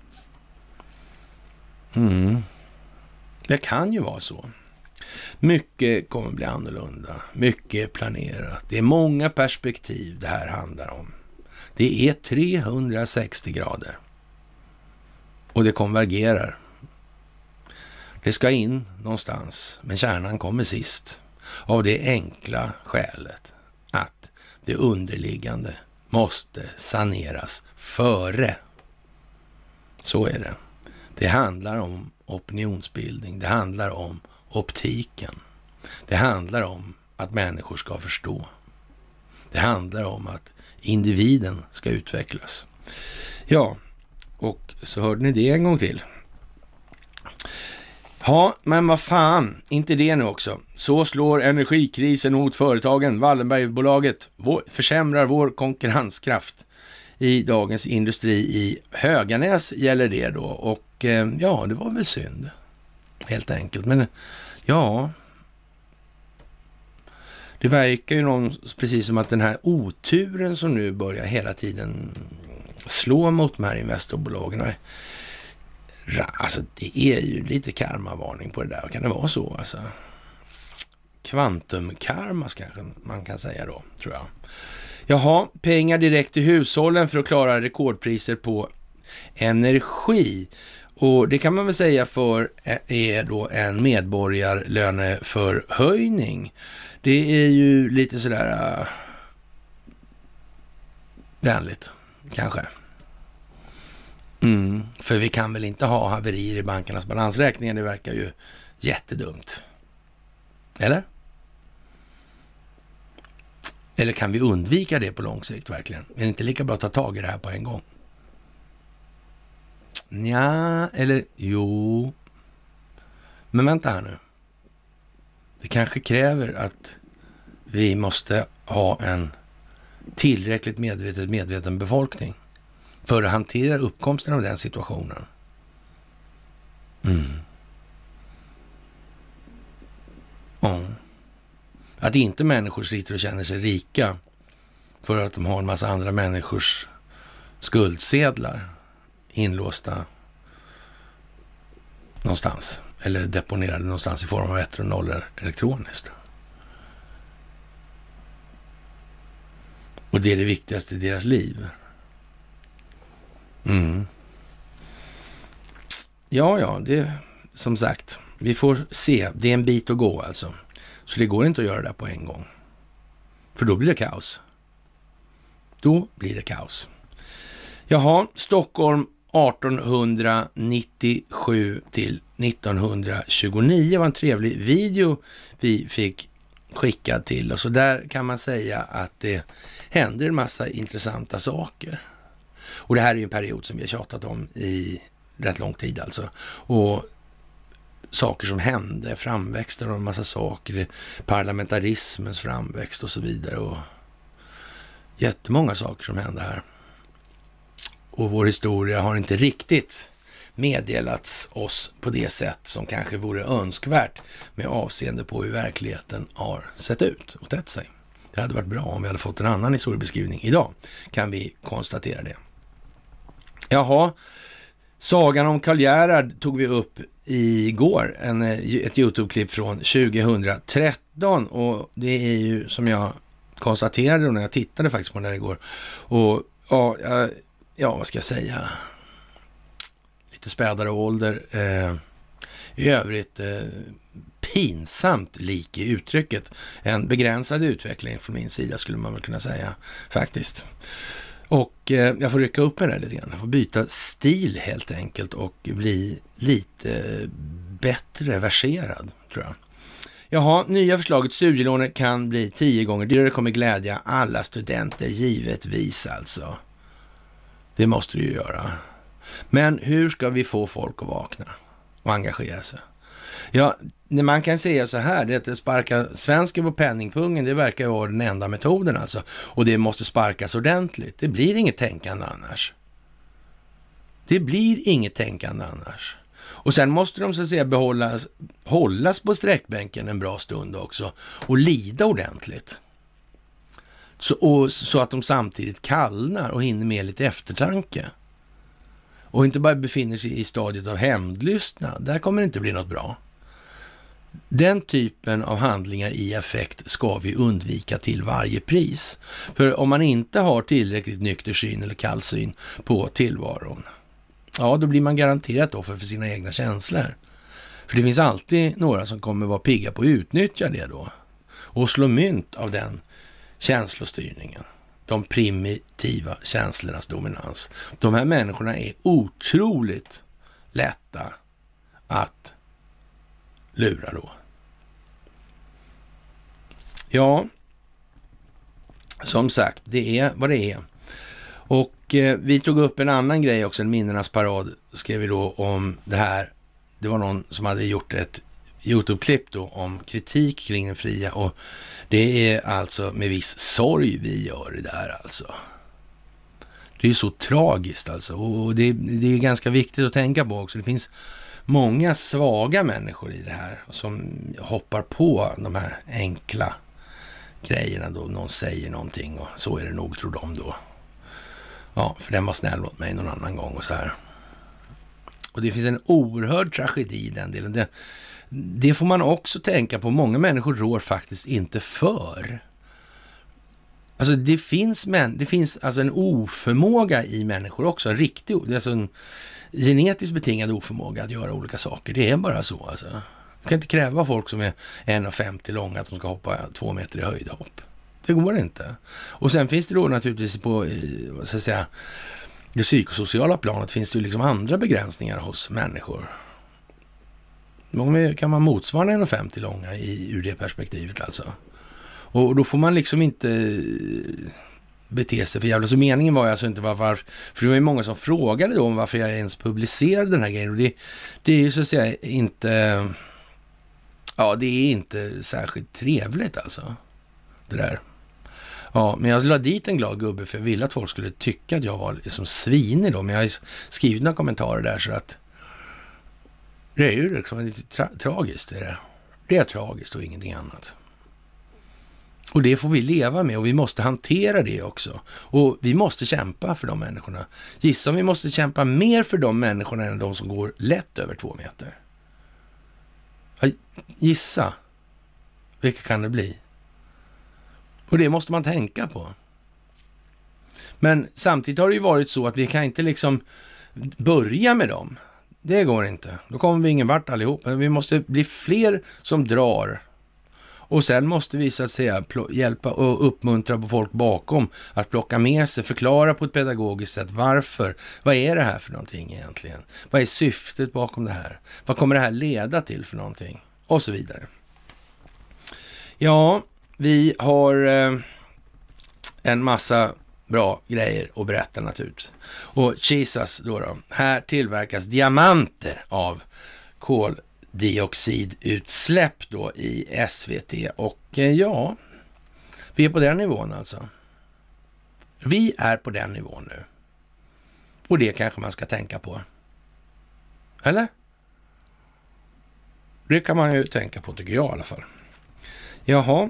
Mm. Det kan ju vara så. Mycket kommer bli annorlunda. Mycket planerat. Det är många perspektiv det här handlar om. Det är trehundrasextio grader. Och det konvergerar. Det ska in någonstans, men kärnan kommer sist. Av det enkla skälet att det underliggande måste saneras före. Så är det. Det handlar om opinionsbildning. Det handlar om optiken. Det handlar om att människor ska förstå. Det handlar om att individen ska utvecklas. Ja, och så hörde ni det en gång till. Ja, men vad fan, inte det nu också. Så slår energikrisen mot företagen. Wallenbergbolaget försämrar vår konkurrenskraft i dagens industri i Höganäs gäller det då. Och eh, ja, det var väl synd. Helt enkelt. Men ja, det verkar ju någon, precis som att den här oturen som nu börjar hela tiden slå mot de här investorbolagen. Alltså det är ju lite karmavarning på det där. Kan det vara så alltså? Kvantumkarma kanske man kan säga då, tror jag. Jaha, pengar direkt till hushållen för att klara rekordpriser på energi. Och det kan man väl säga för är då en medborgarlöneförhöjning. Det är ju lite sådär uh, vänligt, kanske. Mm, för vi kan väl inte ha haverier i bankernas balansräkningar, det verkar ju jättedumt. Eller? Eller kan vi undvika det på lång sikt verkligen? Är det inte lika bra att ta tag i det här på en gång? Ja, eller jo. Men vänta här nu. Det kanske kräver att vi måste ha en tillräckligt medvetet medveten befolkning för att hantera uppkomsten av den situationen. Mm. Ja. Att inte människor sitter och känner sig rika för att de har en massa andra människors skuldsedlar inlåsta någonstans. Eller deponerade någonstans i form av ettor och nollor elektroniskt. Och det är det viktigaste i deras liv. Mm. Ja, ja, det som sagt, vi får se. Det är en bit att gå alltså. Så det går inte att göra det på en gång. För då blir det kaos. Då blir det kaos. Jaha, Stockholm artonhundranittiosju till nittonhundratjugonio var en trevlig video vi fick skickad till oss. Och där kan man säga att det händer en massa intressanta saker. Och det här är ju en period som vi har tjatat om i rätt lång tid alltså. Och saker som hände, framväxten av en massa saker, parlamentarismens framväxt och så vidare. Och jättemånga saker som hände här. Och vår historia har inte riktigt meddelats oss på det sätt som kanske vore önskvärt med avseende på hur verkligheten har sett ut och tätt sig. Det hade varit bra om vi hade fått en annan historiebeskrivning idag, kan vi konstatera det. Jaha, sagan om Karl Gerhard tog vi upp igår, en, ett YouTube-klipp från tjugohundratretton, och det är ju som jag konstaterade när jag tittade faktiskt på den här igår. Och ja, ja, vad ska jag säga? Lite spädare ålder. Eh, I övrigt eh, pinsamt lik i uttrycket. En begränsad utveckling från min sida skulle man väl kunna säga faktiskt. Och eh, jag får rycka upp med det lite grann. Jag får byta stil helt enkelt och bli lite bättre verserad, tror jag. Jaha, nya förslaget studielånet kan bli tio gånger dyrare. Det kommer glädja alla studenter, givetvis alltså. Det måste det ju göra. Men hur ska vi få folk att vakna och engagera sig? Ja, man kan säga så här, det att sparka svensken på penningpungen, det verkar ju vara den enda metoden alltså. Och det måste sparkas ordentligt. Det blir inget tänkande annars. Det blir inget tänkande annars. Och sen måste de så att säga behållas, hållas på sträckbänken en bra stund också och lida ordentligt. Så, och, så att de samtidigt kallnar och hinner med lite eftertanke. Och inte bara befinner sig i stadiet av hämndlystnad. Där kommer det inte bli något bra. Den typen av handlingar i affekt ska vi undvika till varje pris. För om man inte har tillräckligt nykter syn eller kall syn på tillvaron, ja, då blir man garanterat offer för sina egna känslor. För det finns alltid några som kommer vara pigga på att utnyttja det då. Och slå mynt av den känslostyrningen. De primitiva känslornas dominans. De här människorna är otroligt lätta att lura då. Ja, som sagt, det är vad det är. Och eh, vi tog upp en annan grej också, en minnenas parad, skrev vi då om det här. Det var någon som hade gjort ett YouTube-klipp då om kritik kring den fria, och det är alltså med viss sorg vi gör det där alltså. Det är ju så tragiskt alltså, och det, det är ganska viktigt att tänka på också. Det finns många svaga människor i det här som hoppar på de här enkla grejerna då någon säger någonting, och så är det nog, tror de då. Ja, för den var snäll mot mig någon annan gång och så här. Och det finns en oerhörd tragedi i den delen. Det, det får man också tänka på. Många människor rår faktiskt inte för. Alltså det finns, män, det finns alltså en oförmåga i människor också. En riktig, alltså en genetiskt betingad oförmåga att göra olika saker. Det är bara så alltså. Du kan inte kräva folk som är en komma femtio långa att de ska hoppa två meter i höjdhopp. Det går inte. Och sen finns det då naturligtvis på, vad ska jag säga, det psykosociala planet finns det ju liksom andra begränsningar hos människor. Många kan man motsvara en komma femtio långa i, ur det perspektivet alltså. Och då får man liksom inte bete sig för jävla. Så meningen var ju alltså inte varför, för det var ju många som frågade då om varför jag ens publicerade den här grejen. Och det, det är ju så att säga inte, ja det är inte särskilt trevligt alltså. Det där. Ja, men jag la dit en glad gubbe för jag ville att folk skulle tycka att jag var liksom svinig då. Men jag har skrivit några kommentarer där så att det är ju liksom lite tra- tragiskt. Det är, det är tragiskt och ingenting annat. Och det får vi leva med och vi måste hantera det också. Och vi måste kämpa för de människorna. Gissa om vi måste kämpa mer för de människorna än de som går lätt över två meter. Gissa. Vilka kan det bli? Och det måste man tänka på. Men samtidigt har det ju varit så att vi kan inte liksom börja med dem. Det går inte. Då kommer vi ingen vart allihop. Men vi måste bli fler som drar. Och sen måste vi så att säga pl- hjälpa och uppmuntra på folk bakom att plocka med sig, förklara på ett pedagogiskt sätt varför. Vad är det här för någonting egentligen? Vad är syftet bakom det här? Vad kommer det här leda till för någonting? Och så vidare. Ja, vi har eh, en massa bra grejer att berätta naturligtvis. Och Jesus då då. Här tillverkas diamanter av koldioxidutsläpp då i S V T. Och eh, ja, vi är på den nivån alltså. Vi är på den nivån nu. Och det kanske man ska tänka på. Eller? Det kan man ju tänka på, tycker jag i alla fall. Jaha.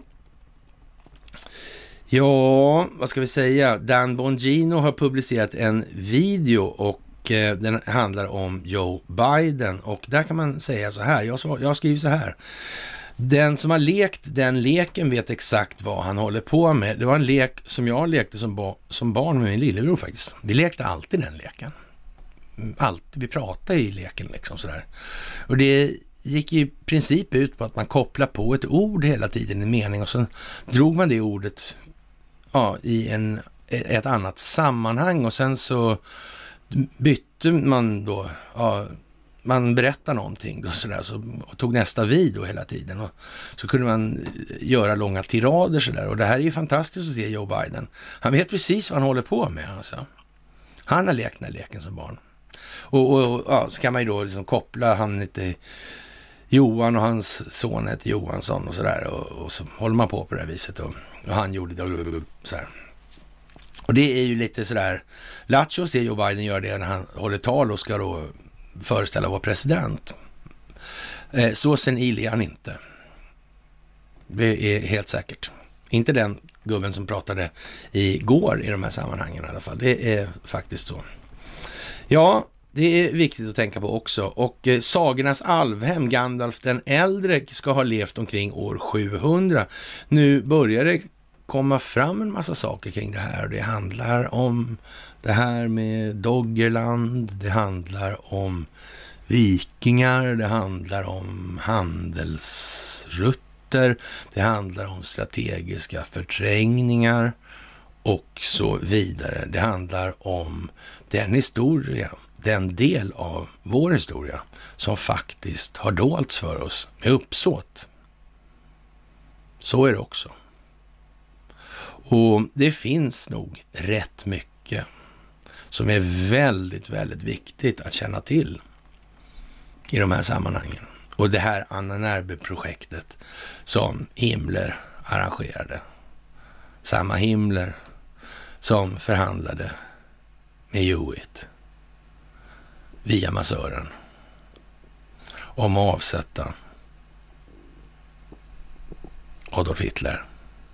Ja, vad ska vi säga? Dan Bongino har publicerat en video och eh, den handlar om Joe Biden. Och där kan man säga så här, jag, jag har skrivit så här. Den som har lekt den leken vet exakt vad han håller på med. Det var en lek som jag lekte som, ba, som barn med min lillebror faktiskt. Vi lekte alltid den leken. Alltid, vi pratade i leken liksom sådär. Och det gick i princip ut på att man kopplar på ett ord hela tiden i mening och så drog man det ordet ja, i en, ett annat sammanhang och sen så bytte man då, ja, man berättar någonting då sådär, så och tog nästa vid då hela tiden och så kunde man göra långa tirader sådär, och det här är ju fantastiskt att se Joe Biden. Han vet precis vad han håller på med alltså. Han har lekt den här leken som barn. Och, och ja, så kan man ju då liksom koppla han lite Johan och hans son heter Johansson och sådär, och, och så håller man på på det här viset och, och han gjorde det så här. Och det är ju lite sådär lattjo ser Joe Biden gör det när han håller tal och ska då föreställa vara president. Eh, så senil är han inte. Det är helt säkert. Inte den gubben som pratade igår i de här sammanhangen i alla fall. Det är faktiskt så. Ja, det är viktigt att tänka på också. Och eh, sagornas alvhem, Gandalf den äldre, ska ha levt omkring år sjuhundra. Nu börjar det komma fram en massa saker kring det här. Det handlar om det här med Doggerland, det handlar om vikingar, det handlar om handelsrutter, det handlar om strategiska förträngningar och så vidare. Det handlar om den historia, den del av vår historia som faktiskt har dolts för oss med uppsåt. Så är det också. Och det finns nog rätt mycket som är väldigt, väldigt viktigt att känna till i de här sammanhangen. Och det här Ahnenerbe-projektet som Himmler arrangerade. Samma Himmler som förhandlade med Hewitt via massören om att avsätta Adolf Hitler.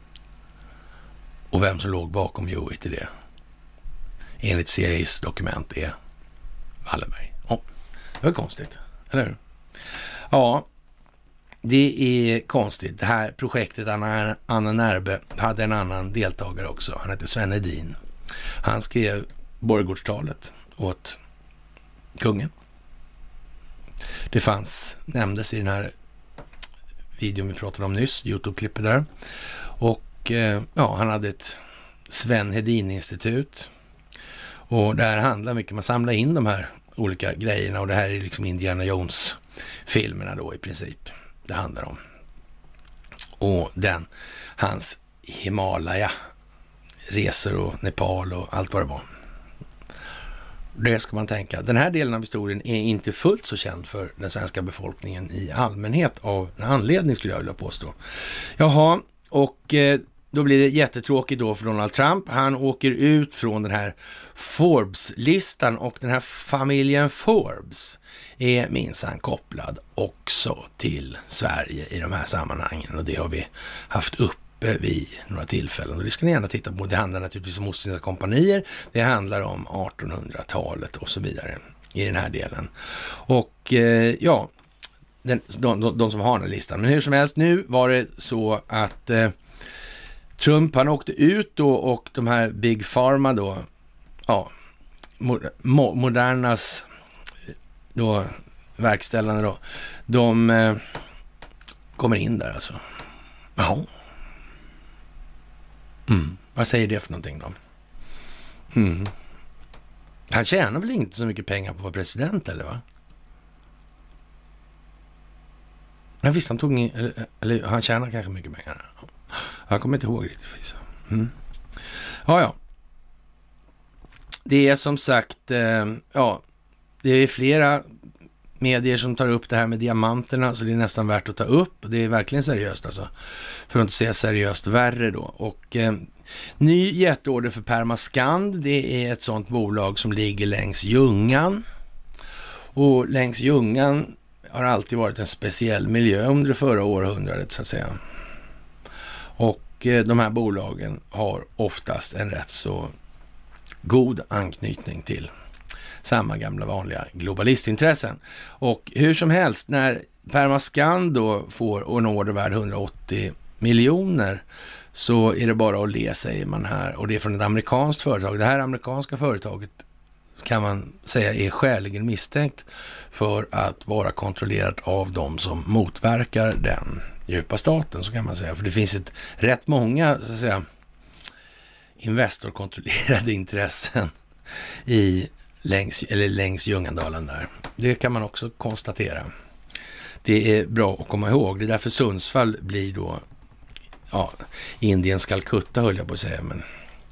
Och vem som låg bakom Hewitt i det enligt C I A:s dokument är Wallenberg. Oh, det var konstigt, eller hur? Ja, det är konstigt. Det här projektet Ahnenerbe hade en annan deltagare också. Han hette Sven Hedin. Han skrev borggårdstalet åt kungen. Det fanns, nämndes i den här videon vi pratade om nyss, YouTube-klippet där. Och eh, ja, han hade ett Sven Hedin-institut. Och det här handlar mycket om att samla in de här olika grejerna. Och det här är liksom Indiana Jones-filmerna då i princip det handlar om. Och den, hans Himalaya resor och Nepal och allt vad det var. Det ska man tänka. Den här delen av historien är inte fullt så känd för den svenska befolkningen i allmänhet av en anledning skulle jag vilja påstå. Jaha, och eh, då blir det jättetråkigt då för Donald Trump. Han åker ut från den här Forbes-listan och den här familjen Forbes är minsann kopplad också till Sverige i de här sammanhangen. Och det har vi haft uppe vid några tillfällen. Och det ska ni gärna titta på. Det handlar naturligtvis om Ostindiska kompanier. Det handlar om artonhundratalet och så vidare i den här delen. Och eh, ja, den, de, de, de som har den här listan. Men hur som helst, nu var det så att eh, Trump han åkte ut då och de här Big Pharma då, ja, mo, Modernas då verkställande då, de eh, kommer in där alltså. Jaha. Mm. Vad säger det för någonting då? Mm. Han tjänar väl inte så mycket pengar på att vara president eller va? Men visst, han tog in, eller, eller han tjänar kanske mycket pengar. Jag kommer inte ihåg riktigt. Mm. Ja, ja. Det är som sagt, eh, ja, det är flera medier som tar upp det här med diamanterna, så det är nästan värt att ta upp. Det är verkligen seriöst alltså. För att inte säga seriöst värre då. Och eh, ny jätteorder för Permascand. Det är ett sånt bolag som ligger längs Ljungan. Och längs Ljungan har alltid varit en speciell miljö under det förra århundradet så att säga. Och eh, de här bolagen har oftast en rätt så god anknytning till samma gamla vanliga globalistintressen. Och hur som helst, när Permascand då får en order värd hundraåttio miljoner så är det bara att le, säger man här. Och det är från ett amerikanskt företag. Det här amerikanska företaget kan man säga är skäligen misstänkt för att vara kontrollerat av de som motverkar den djupa staten, så kan man säga. För det finns ett rätt många så att säga investorkontrollerade intressen i längs, eller längs Ljungandalen där. Det kan man också konstatera. Det är bra att komma ihåg. Det är därför Sundsvall blir då ja, Indiens Calcutta höll jag på att säga, men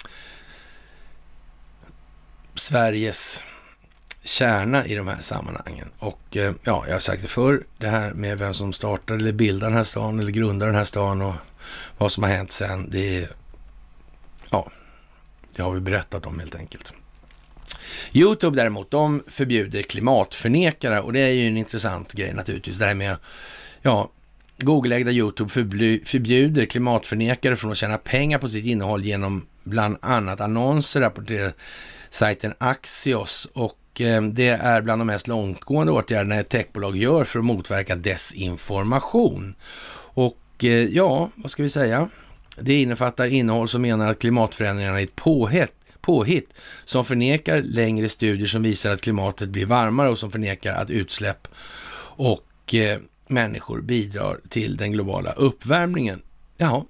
Sveriges kärna i de här sammanhangen. Och ja, jag har sagt det förr, det här med vem som startar eller bildar den här stan eller grundar den här stan och vad som har hänt sen, det är ja, det har vi berättat om helt enkelt. YouTube däremot, de förbjuder klimatförnekare och det är ju en intressant grej naturligtvis. Det här med, ja, Google-ägda YouTube förbjuder klimatförnekare från att tjäna pengar på sitt innehåll genom bland annat annonser, rapporterar sajten Axios, och eh, det är bland de mest långtgående åtgärderna ett techbolag gör för att motverka desinformation. Och eh, ja, vad ska vi säga? Det innefattar innehåll som menar att klimatförändringarna är ett påhitt, påhitt som förnekar längre studier som visar att klimatet blir varmare och som förnekar att utsläpp och eh, människor bidrar till den globala uppvärmningen. Jaha.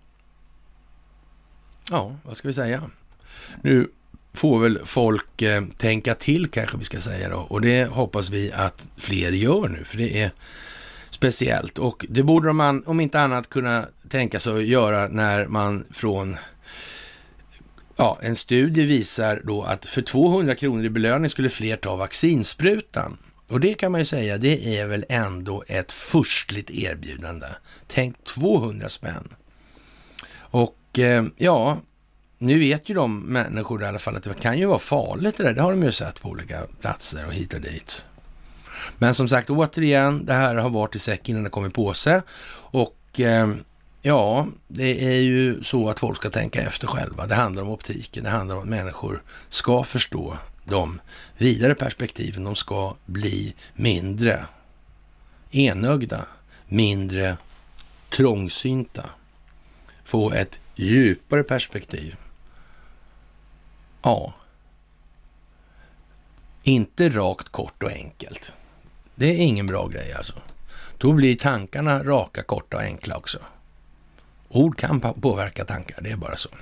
Ja, vad ska vi säga? Nu får väl folk eh, tänka till kanske vi ska säga då. Och det hoppas vi att fler gör nu, för det är speciellt. Och det borde man om inte annat kunna tänka sig att göra när man från ja, en studie visar då att för tvåhundra kronor i belöning skulle fler ta vaccinsprutan. Och det kan man ju säga, det är väl ändå ett förstligt erbjudande. Tänk tvåhundra spänn. Och eh, ja, nu vet ju de människor i alla fall att det kan ju vara farligt det där. Det har de ju sett på olika platser och hit och dit. Men som sagt, återigen, det här har varit i säck innan det kommer på sig. Och eh, ja, det är ju så att folk ska tänka efter själva. Det handlar om optiken, det handlar om att människor ska förstå de vidare perspektiven. De ska bli mindre enögda, mindre trångsynta, få ett djupare perspektiv. Ja, inte rakt, kort och enkelt. Det är ingen bra grej alltså. Då blir tankarna raka, korta och enkla också. Ord kan påverka tankar, det är bara så.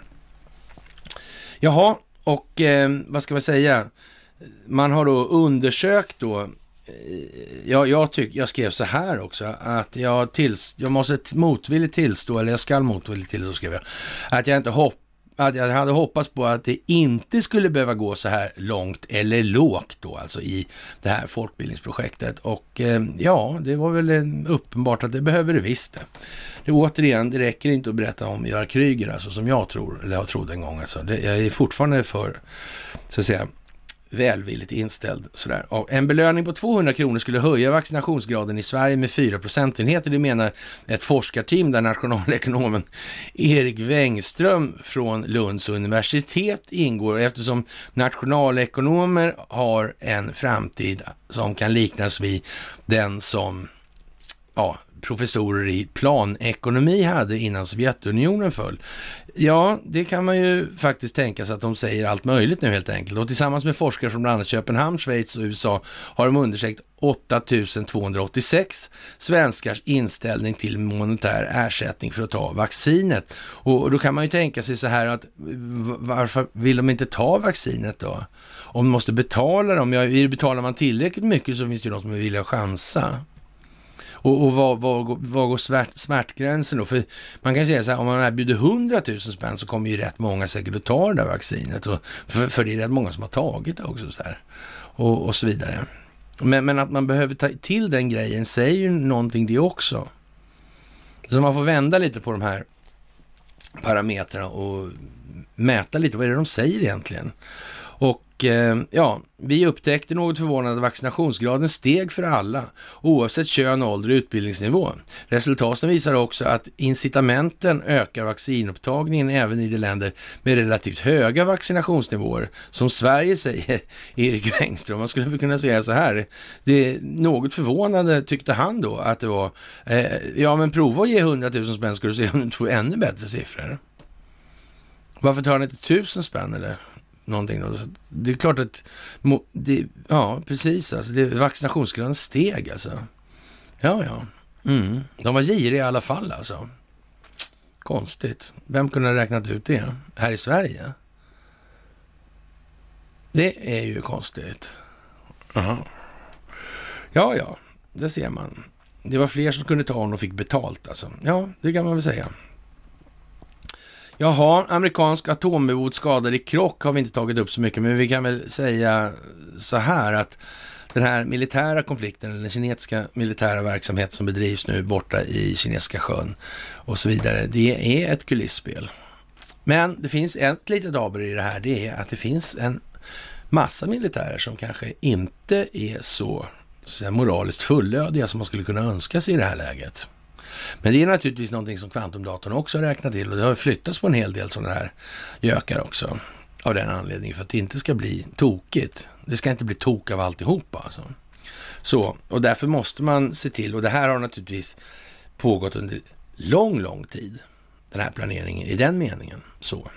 Jaha, och eh, vad ska vi säga? Man har då undersökt då, eh, jag, jag, tyck, jag skrev så här också, att jag, tills, jag måste motvilligt tillstå, eller jag ska motvilligt tillstå skrev jag, att jag inte hoppas att jag hade hoppats på att det inte skulle behöva gå så här långt eller lågt då, alltså i det här folkbildningsprojektet. Och eh, ja, det var väl uppenbart att det behöver det visst det. Det återigen, det räcker inte att berätta om Ivar Kryger, alltså som jag tror, eller jag trodde en gång. Alltså. Det, jag är fortfarande för, så att säga, välvilligt inställd. Sådär. Och en belöning på tvåhundra kronor skulle höja vaccinationsgraden i Sverige med fyra procentenheter. Det menar ett forskarteam där nationalekonomen Erik Wängström från Lunds universitet ingår. Eftersom nationalekonomer har en framtid som kan liknas vid den som ja, professorer i planekonomi hade innan Sovjetunionen föll. Ja, det kan man ju faktiskt tänka sig att de säger allt möjligt nu helt enkelt. Och tillsammans med forskare från bland annat Köpenhamn, Schweiz och U S A har de undersökt åtta tusen tvåhundraåttiosex svenskars inställning till monetär ersättning för att ta vaccinet. Och då kan man ju tänka sig så här att varför vill de inte ta vaccinet då? Om de måste betala dem, ja, betalar man tillräckligt mycket så finns det ju något som vill chansa. Och, och vad, vad, vad går smärt, smärtgränsen då? För man kan säga så här, om man erbjuder hundratusen spänn så kommer ju rätt många säkert att ta det där vaccinet. Och för, för det är rätt många som har tagit det också så här. Och, och så vidare. Men, men att man behöver ta till den grejen säger ju någonting det också. Så man får vända lite på de här parametrarna och mäta lite. Vad är det de säger egentligen? Och Och eh, ja, vi upptäckte något förvånande att vaccinationsgraden steg för alla, oavsett kön, ålder och utbildningsnivå. Resultaten visar också att incitamenten ökar vaccinupptagningen även i de länder med relativt höga vaccinationsnivåer. Som Sverige, säger Erik Engström. Man skulle kunna säga så här. Det är något förvånande, tyckte han då, att det var eh, ja men prova att ge hundratusen spänn, ska du se om du får ännu bättre siffror. Varför tar han inte tusen spänn eller någonting då? Det är klart att det, ja, precis alltså, det, vaccinationsgraden steg alltså. Ja, ja. Mm. De var giriga i alla fall alltså. Konstigt. Vem kunde ha räknat ut det? Här i Sverige? Det är ju konstigt. Aha. Ja, ja. Det ser man. Det var fler som kunde ta honom och fick betalt alltså. Ja, det kan man väl säga. Jaha, amerikansk atombåt skadad i krock har vi inte tagit upp så mycket, men vi kan väl säga så här att den här militära konflikten, eller den kinesiska militära verksamhet som bedrivs nu borta i Kinesiska sjön och så vidare, det är ett kulisspel. Men det finns ett litet aber i det här, det är att det finns en massa militärer som kanske inte är så, så här, moraliskt fullödiga som man skulle kunna önska sig i det här läget. Men det är naturligtvis någonting som kvantumdatorn också har räknat till, och det har flyttats på en hel del sådana här gökar också av den anledningen, för att det inte ska bli tokigt. Det ska inte bli tok av alltihopa alltså. Så, och därför måste man se till, och det här har naturligtvis pågått under lång, lång tid, den här planeringen i den meningen. Så.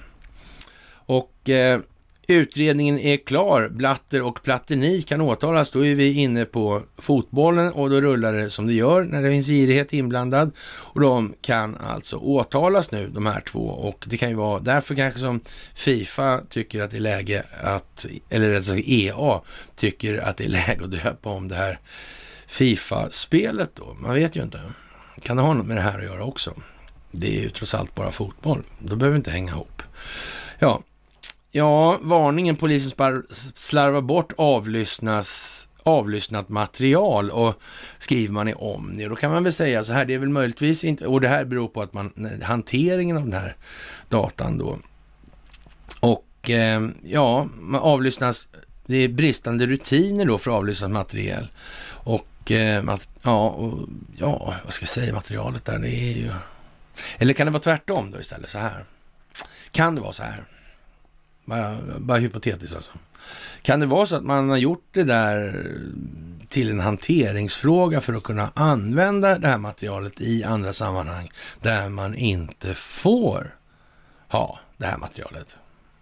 Och eh, utredningen är klar. Blatter och Platini kan åtalas. Då är vi inne på fotbollen och då rullar det som det gör när det finns girighet inblandad. Och de kan alltså åtalas nu, de här två. Och det kan ju vara därför kanske som FIFA tycker att det är läge att, eller rätt sagt E A tycker att det är läge att döpa om det här FIFA-spelet då. Man vet ju inte. Kan det ha något med det här att göra också? Det är ju trots allt bara fotboll. Då behöver vi inte hänga ihop. Ja. Ja, varningen, polisen spar- slarvar bort avlyssnas, avlyssnat material och skriver man i Omni. Då kan man väl säga så här, det är väl möjligtvis inte, och det här beror på att man, hanteringen av den här datan då. Och eh, ja, man avlyssnas, det är bristande rutiner då för avlyssnat material. Och eh, mat, ja, och, ja, vad ska jag säga, materialet där, det är ju, eller kan det vara tvärtom då istället så här? Kan det vara så här? Bara, bara hypotetiskt alltså. Kan det vara så att man har gjort det där till en hanteringsfråga för att kunna använda det här materialet i andra sammanhang där man inte får ha det här materialet?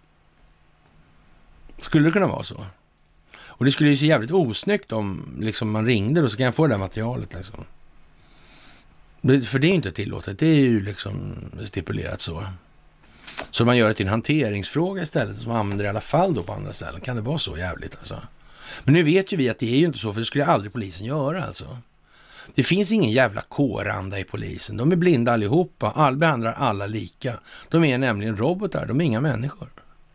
Skulle det kunna vara så? Och det skulle ju se jävligt osnyggt om liksom man ringde och så kan jag få det här materialet liksom. För det är ju inte tillåtet, det är ju liksom stipulerat så. Så man gör det till en hanteringsfråga istället som man använder i alla fall då på andra ställen. Kan det vara så jävligt alltså? Men nu vet ju vi att det är ju inte så, för det skulle aldrig polisen göra alltså. Det finns ingen jävla kåranda i polisen. De är blinda allihopa. Alla behandlar alla lika. De är nämligen robotar. De är inga människor.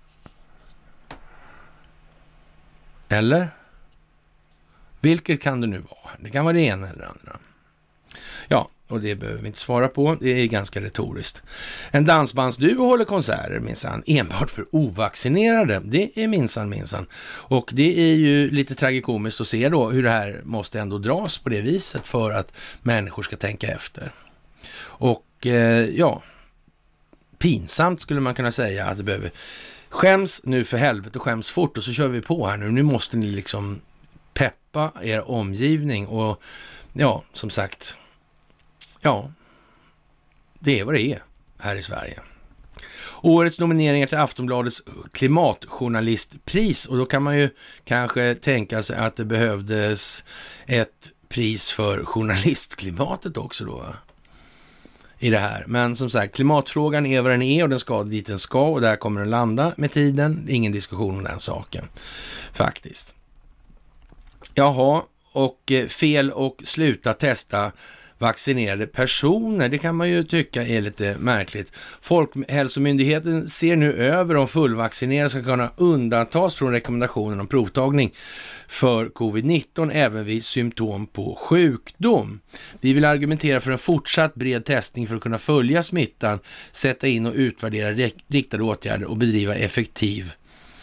Eller? Vilket kan det nu vara? Det kan vara det ena eller det andra. Ja, och det behöver vi inte svara på. Det är ganska retoriskt. En dansbandsduo håller konserter minsann enbart för ovaccinerade. Det är minsann minsann. Och det är ju lite tragikomiskt att se då hur det här måste ändå dras på det viset för att människor ska tänka efter. Och eh, ja, pinsamt skulle man kunna säga att det behöver. Skäms nu för helvete och skäms fort och så kör vi på här nu. Nu måste ni liksom peppa er omgivning och ja, som sagt, ja, det är vad det är här i Sverige. Årets nomineringar till Aftonbladets klimatjournalistpris, och då kan man ju kanske tänka sig att det behövdes ett pris för journalistklimatet också då i det här. Men som sagt, klimatfrågan är vad den är och den ska dit den ska och där kommer den landa med tiden. Ingen diskussion om den saken faktiskt. Jaha, och fel och sluta testa vaccinerade personer, det kan man ju tycka är lite märkligt. Folkhälsomyndigheten ser nu över om fullvaccinerade ska kunna undantas från rekommendationen om provtagning för covid nitton även vid symptom på sjukdom. Vi vill argumentera för en fortsatt bred testning för att kunna följa smittan, sätta in och utvärdera riktade åtgärder och bedriva effektiv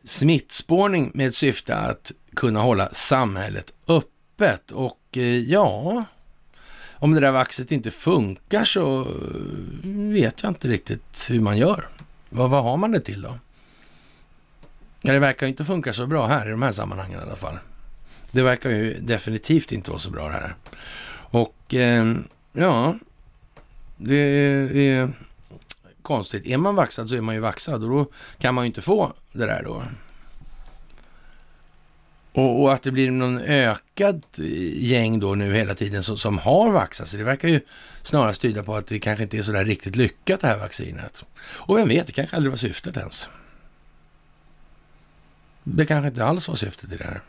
smittspårning med syfte att kunna hålla samhället öppet. Och eh, ja, om det där vaxet inte funkar så vet jag inte riktigt hur man gör. Vad, vad har man det till då? Ja, det verkar ju inte funka så bra här i de här sammanhangen i alla fall. Det verkar ju definitivt inte vara så bra här. Och eh, ja, det är konstigt. Är man vaxad så är man ju vaxad och då kan man ju inte få det där då. Och, och att det blir någon ökad gäng då nu hela tiden som, som har vaxat. Så det verkar ju snarare tyda på att det kanske inte är så där riktigt lyckat det här vaccinet. Och vem vet, det kanske aldrig var syftet ens. Det kanske inte alls var syftet i det här.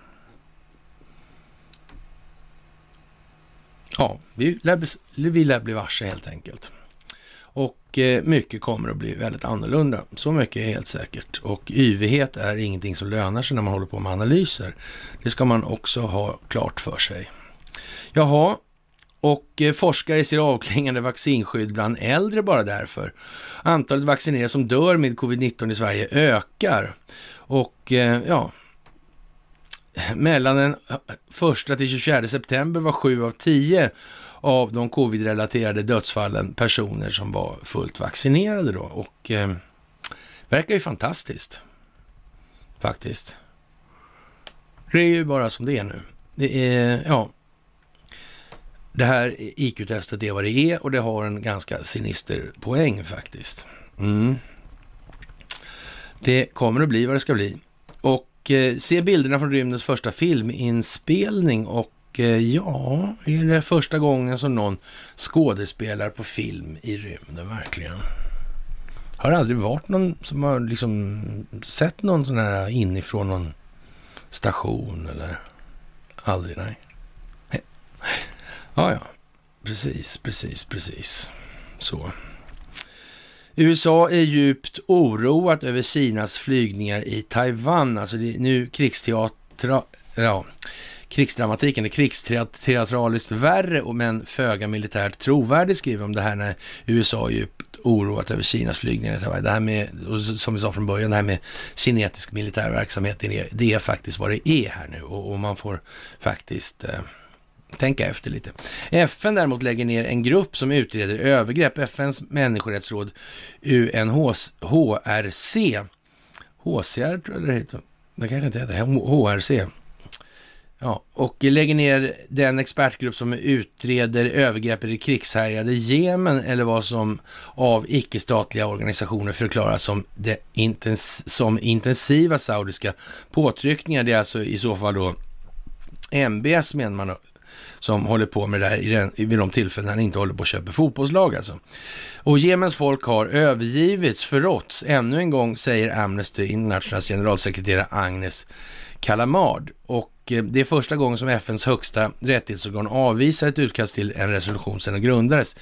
Ja, vi lär bli, vi lär bli varse helt enkelt. Och eh, mycket kommer att bli väldigt annorlunda. Så mycket är helt säkert. Och yvighet är ingenting som lönar sig när man håller på med analyser. Det ska man också ha klart för sig. Jaha, och eh, forskare ser avklingande vaccinskydd bland äldre bara därför. Antalet vaccinerade som dör med covid nitton i Sverige ökar. Och eh, ja, mellan den första till tjugofjärde september var sju av tio av de covid-relaterade dödsfallen personer som var fullt vaccinerade då. Och eh, verkar ju fantastiskt. Faktiskt. Det är ju bara som det är nu. Det är, ja. Det här I Q-testet är vad det är och det har en ganska sinister poäng faktiskt. Mm. Det kommer att bli vad det ska bli. Och eh, se bilderna från rymdens första filminspelning och eh, ja, är det första gången som någon skådespelar på film i rymden verkligen. Har det aldrig varit någon som har liksom sett någon sån här inifrån någon station eller aldrig, nej. Ja, ja. Precis, precis, precis. Så. U S A är djupt oroat över Kinas flygningar i Taiwan. Alltså det är nu krigsteatra, ja, krigsdramatiken är krigsteatraliskt värre och men föga militärt trovärdigt, skriver om det här när U S A är djupt oroat över Kinas flygningar i Taiwan. Det här med, som vi sa från början, det här med kinetisk militär verksamhet, det är, det är faktiskt vad det är här nu och, och man får faktiskt eh, tänka efter lite. F N däremot lägger ner en grupp som utreder övergrepp. F N:s människorättsråd U N H R C. H C R tror jag det heter. Det kanske inte heter. H R C. Ja, och lägger ner den expertgrupp som utreder övergrepp i det krigshärjade Jemen eller vad som av icke-statliga organisationer förklaras som, det intens- som intensiva saudiska påtryckningar. Det är alltså i så fall då M B S menar man som håller på med det här i den, vid de tillfällen han inte håller på att köpa fotbollslag alltså. Och Jemens folk har övergivits, förråtts. Ännu en gång säger Amnesty Internationals generalsekreterare Agnes Kalamard. Och eh, det är första gången som F N:s högsta rättighetsorgan avvisar ett utkast till en resolution sedan grundades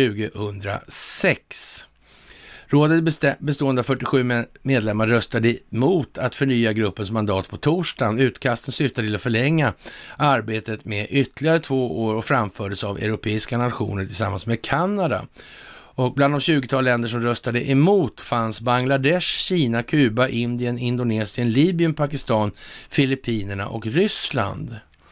tjugohundrasex. Rådet bestående av fyrtiosju medlemmar röstade emot att förnya gruppens mandat på torsdagen. Utkasten syftar till att förlänga arbetet med ytterligare två år och framfördes av europeiska nationer tillsammans med Kanada. Och bland de tjugotal länder som röstade emot fanns Bangladesh, Kina, Kuba, Indien, Indonesien, Libyen, Pakistan, Filippinerna och Ryssland.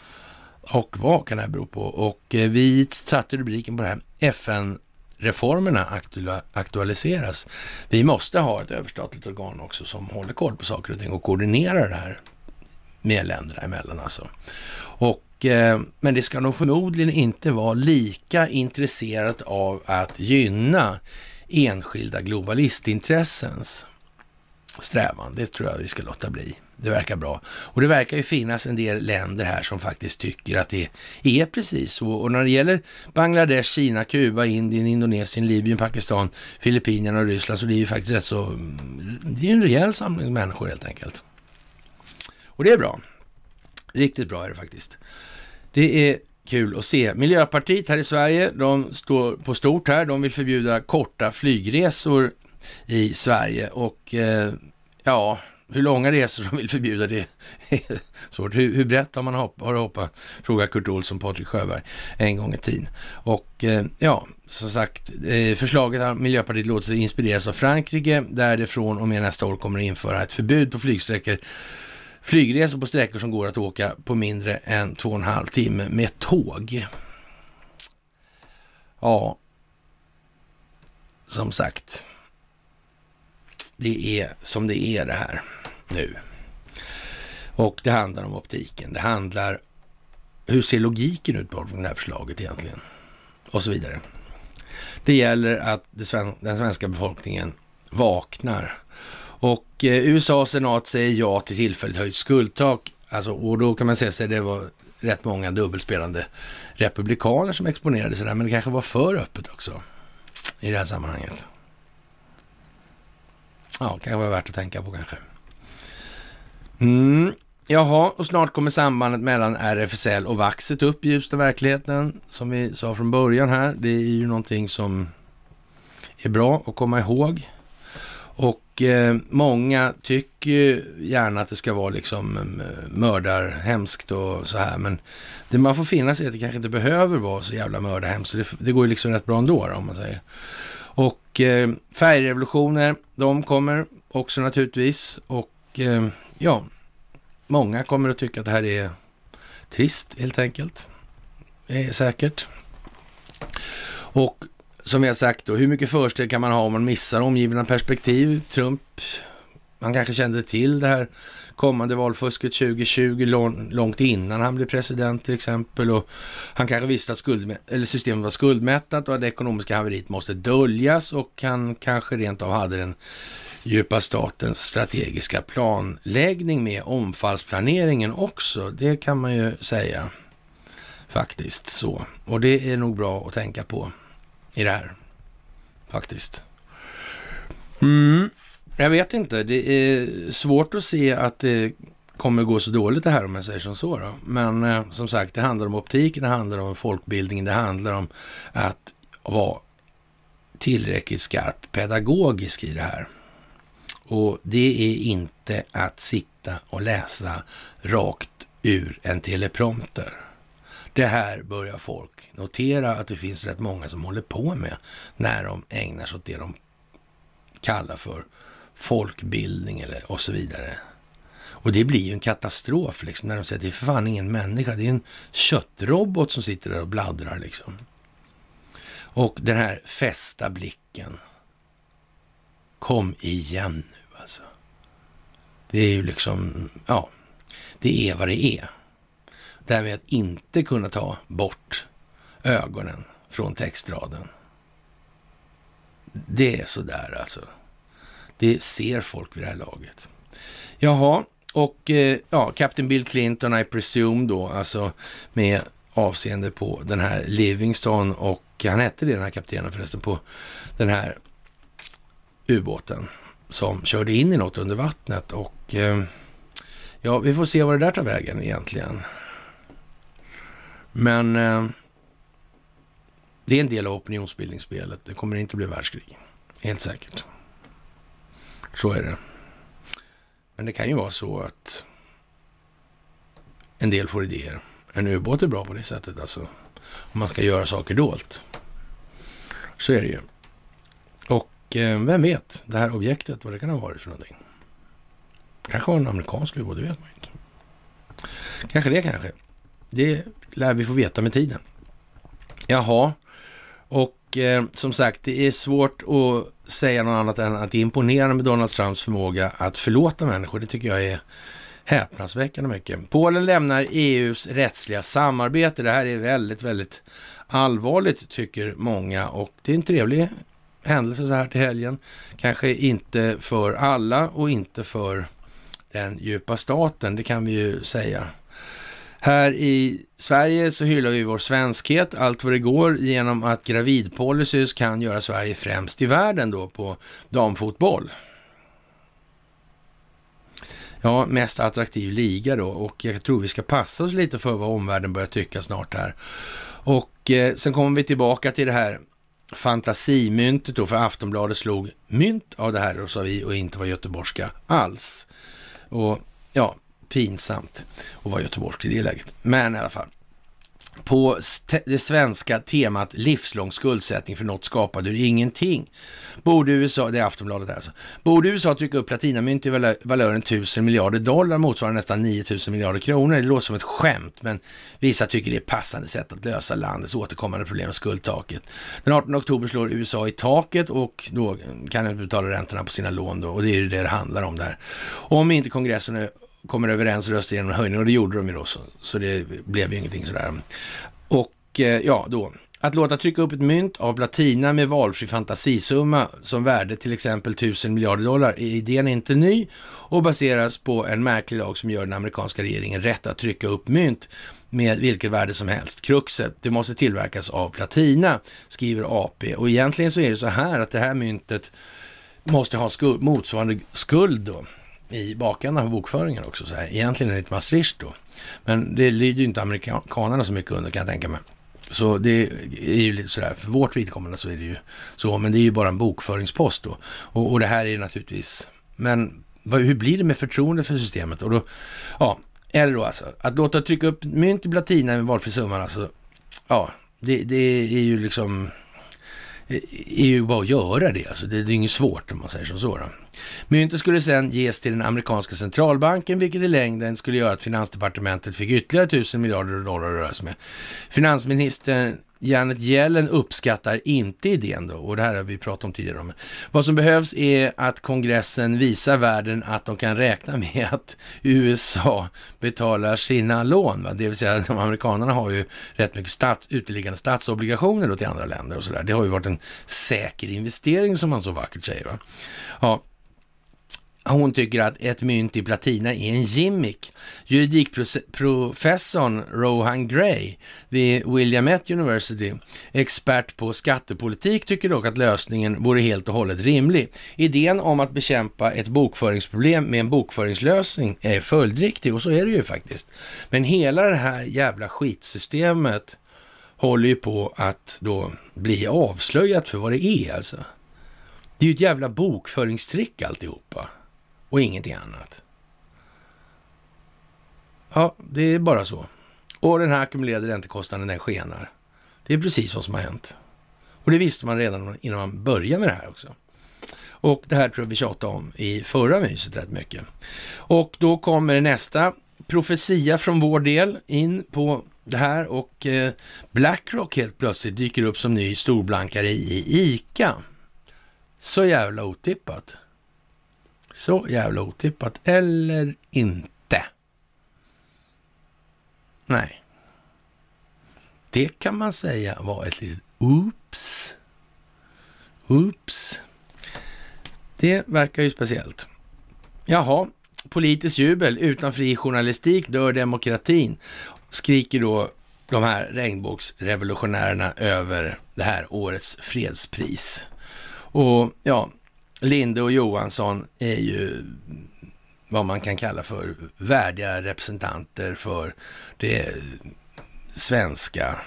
Och vad kan det här bero på? Och vi satte rubriken på det här: F N reformerna aktualiseras. Vi måste ha ett överstatligt organ också som håller koll på saker och ting och koordinerar det här med länderna emellan alltså. Och, eh, men det ska nog förmodligen inte vara lika intresserat av att gynna enskilda globalistintressens strävan. Det tror jag vi ska låta bli. Det verkar bra. Och det verkar ju finnas en del länder här som faktiskt tycker att det är precis så. Och när det gäller Bangladesh, Kina, Kuba, Indien, Indonesien, Libyen, Pakistan, Filippinerna och Ryssland, så det är ju faktiskt rätt så... Det är ju en rejäl samling människor helt enkelt. Och det är bra. Riktigt bra är det faktiskt. Det är kul att se. Miljöpartiet här i Sverige, de står på stort här. De vill förbjuda korta flygresor i Sverige och... Eh, ja... hur långa resor som vill förbjuda det är svårt. Hur, hur brett har man hopp, har hoppat? Frågar Kurt Olsson, Patrik Sjöberg en gång i tiden. Och eh, ja, som sagt, eh, förslaget har Miljöpartiet låter sig inspireras av Frankrike, där det från och med nästa år kommer att införa ett förbud på flygsträckor, flygresor på sträckor som går att åka på mindre än två och en halv timme med tåg. Ja, som sagt, det är som det är det här nu. Och det handlar om optiken. Det handlar, hur ser logiken ut på det här förslaget egentligen? Och så vidare. Det gäller att det sven- den svenska befolkningen vaknar. Och eh, U S A senat säger ja till tillfälligt höjt skuldtak. Alltså, och då kan man säga sig det var rätt många dubbelspelande republikaner som exponerade sig där. Men det kanske var för öppet också i det här sammanhanget. Ja, kan vara värt att tänka på kanske. Mm, jaha, och snart kommer sambandet mellan R F S L och Vaxet upp i ljuset av verkligheten. Som vi sa från början här. Det är ju någonting som är bra att komma ihåg. Och eh, många tycker ju gärna att det ska vara liksom mördarhemskt och så här. Men det man får finna sig att det kanske inte behöver vara så jävla mördarhemskt. Det, det går ju liksom rätt bra ändå om man säger. Och eh, färgrevolutioner, de kommer också naturligtvis. Och eh, ja, många kommer att tycka att det här är trist helt enkelt. Det är säkert. Och som jag sagt då, hur mycket försteg kan man ha om man missar omgivna perspektiv? Trump, man kanske kände till det här kommande valfusket tjugo tjugo lång, långt innan han blev president till exempel. Och han kanske visste att skuld, eller systemet var skuldmättat och att det ekonomiska haveriet måste döljas. Och han kanske rent av hade den djupa statens strategiska planläggning med omfallsplaneringen också. Det kan man ju säga faktiskt så. Och det är nog bra att tänka på i det här, faktiskt. Mm, jag vet inte. Det är svårt att se att det kommer gå så dåligt det här om jag säger som så då. Men eh, som sagt, det handlar om optik, det handlar om folkbildning, det handlar om att vara tillräckligt skarp pedagogisk i det här. Och det är inte att sitta och läsa rakt ur en teleprompter. Det här börjar folk notera att det finns rätt många som håller på med när de ägnar sig åt det de kallar för folkbildning eller och så vidare. Och det blir ju en katastrof liksom när de säger att det är för fan ingen människa. Det är en köttrobot som sitter där och bladdrar liksom. Och den här fästa blicken. Kom igen nu alltså. Det är ju liksom, ja, det är vad det är. Där med att inte kunna ta bort ögonen från textraden. Det är så där alltså. Det ser folk vid det här laget. Jaha, och eh, ja, Captain Bill Clinton, I presume då, alltså med avseende på den här Livingston, och han hette det, den här kaptenen förresten, på den här ubåten som körde in i något under vattnet. Och eh, ja, vi får se vad det där tar vägen egentligen. Men eh, det är en del av opinionsbildningsspelet. Det kommer inte bli världskrig. Helt säkert. Så är det. Men det kan ju vara så att en del får idéer. En ubåt är bra på det sättet alltså. Om man ska göra saker dolt. Så är det ju. Och eh, vem vet, det här objektet, vad det kan ha varit för någonting. Kanske var en amerikansk ubåt, det vet man inte. Kanske det kanske. Det lär vi få veta med tiden. Jaha, och eh, som sagt, det är svårt att säga något annat än att det är imponerande med Donald Trumps förmåga att förlåta människor. Det tycker jag är häpnadsväckande mycket. Polen lämnar E U:s rättsliga samarbete. Det här är väldigt, väldigt allvarligt tycker många, och det är en trevlig händelse så här till helgen. Kanske inte för alla och inte för den djupa staten, det kan vi ju säga. Här i Sverige så hyllar vi vår svenskhet allt vad det går genom att gravidpolicys kan göra Sverige främst i världen då på damfotboll. Ja, mest attraktiv liga då, och jag tror vi ska passa oss lite för vad omvärlden börjar tycka snart här. Och eh, sen kommer vi tillbaka till det här fantasimyntet då, för Aftonbladet slog mynt av det här och sa vi och inte var göteborgska alls. Och ja, pinsamt att vara göteborgsk i det läget. Men i alla fall. På det svenska temat livslång skuldsättning för något skapade ur ingenting. Borde U S A, det är Aftonbladet här alltså, borde U S A trycka upp platinamynt i valören tusen miljarder dollar, motsvarande nästan nio tusen miljarder kronor. Det låter som ett skämt, men vissa tycker det är passande sätt att lösa landets återkommande problem med skuldtaket. Den artonde oktober slår U S A i taket och då kan de inte betala räntorna på sina lån då, och det är ju det det handlar om där. Om inte kongressen kommer överens och röstar igenom en höjning, och det gjorde de ju då, så, så det blev ju ingenting sådär. Och eh, ja, då, att låta trycka upp ett mynt av platina med valfri fantasisumma som värde till exempel tusen miljarder dollar, är idén inte ny och baseras på en märklig lag som gör den amerikanska regeringen rätt att trycka upp mynt med vilket värde som helst. Kruxet, det måste tillverkas av platina, skriver A P. Och egentligen så är det så här att det här myntet måste ha skuld, motsvarande skuld då i bakan av bokföringen också. Så här. Egentligen är det ett Maastricht då. Men det lyder ju inte amerikanerna så mycket under, kan jag tänka mig. Så det är ju lite sådär, för vårt vidkommande så är det ju så, men det är ju bara en bokföringspost då. Och, och det här är naturligtvis, men vad, hur blir det med förtroende för systemet? Och då, ja, eller då alltså, att låta trycka upp mynt i platina med valfri summa, alltså, ja, det, det är ju liksom, är ju bara att göra det, alltså. Det, det är inget svårt om man säger som så då. Myntet skulle sedan ges till den amerikanska centralbanken, vilket i längden skulle göra att finansdepartementet fick ytterligare tusen miljarder dollar att röra sig med. Finansministern Janet Yellen uppskattar inte idén då, och det här har vi pratat om tidigare om. Vad som behövs är att kongressen visar världen att de kan räkna med att U S A betalar sina lån. Va? Det vill säga, de amerikanerna har ju rätt mycket stats, uteliggande statsobligationer då till andra länder och sådär. Det har ju varit en säker investering som man så vackert säger. Va? Ja. Hon tycker att ett mynt i platina är en gimmick. Juridikprofessorn Rohan Gray vid Willamette University, expert på skattepolitik, tycker dock att lösningen vore helt och hållet rimlig. Idén om att bekämpa ett bokföringsproblem med en bokföringslösning är följdriktig, och så är det ju faktiskt. Men hela det här jävla skitsystemet håller ju på att då bli avslöjat för vad det är alltså. Det är ju ett jävla bokföringstrick alltihopa. Och ingenting annat. Ja, det är bara så. Och den här ackumulerade räntekostnaden, den skenar. Det är precis vad som har hänt. Och det visste man redan innan man började med det här också. Och det här tror jag vi tjatade om i förra myset rätt mycket. Och då kommer nästa profetia från vår del in på det här. Och eh, BlackRock helt plötsligt dyker upp som ny storblankare i ICA. Så jävla otippat. Så jävla otippat, eller inte? Nej. Det kan man säga var ett litet oops. Oops. Det verkar ju speciellt. Jaha, politisk jubel. Utan fri journalistik dör demokratin. Skriker då de här regnbågsrevolutionärerna över det här årets fredspris. Och ja, Linde och Johansson är ju vad man kan kalla för värdiga representanter för det svenska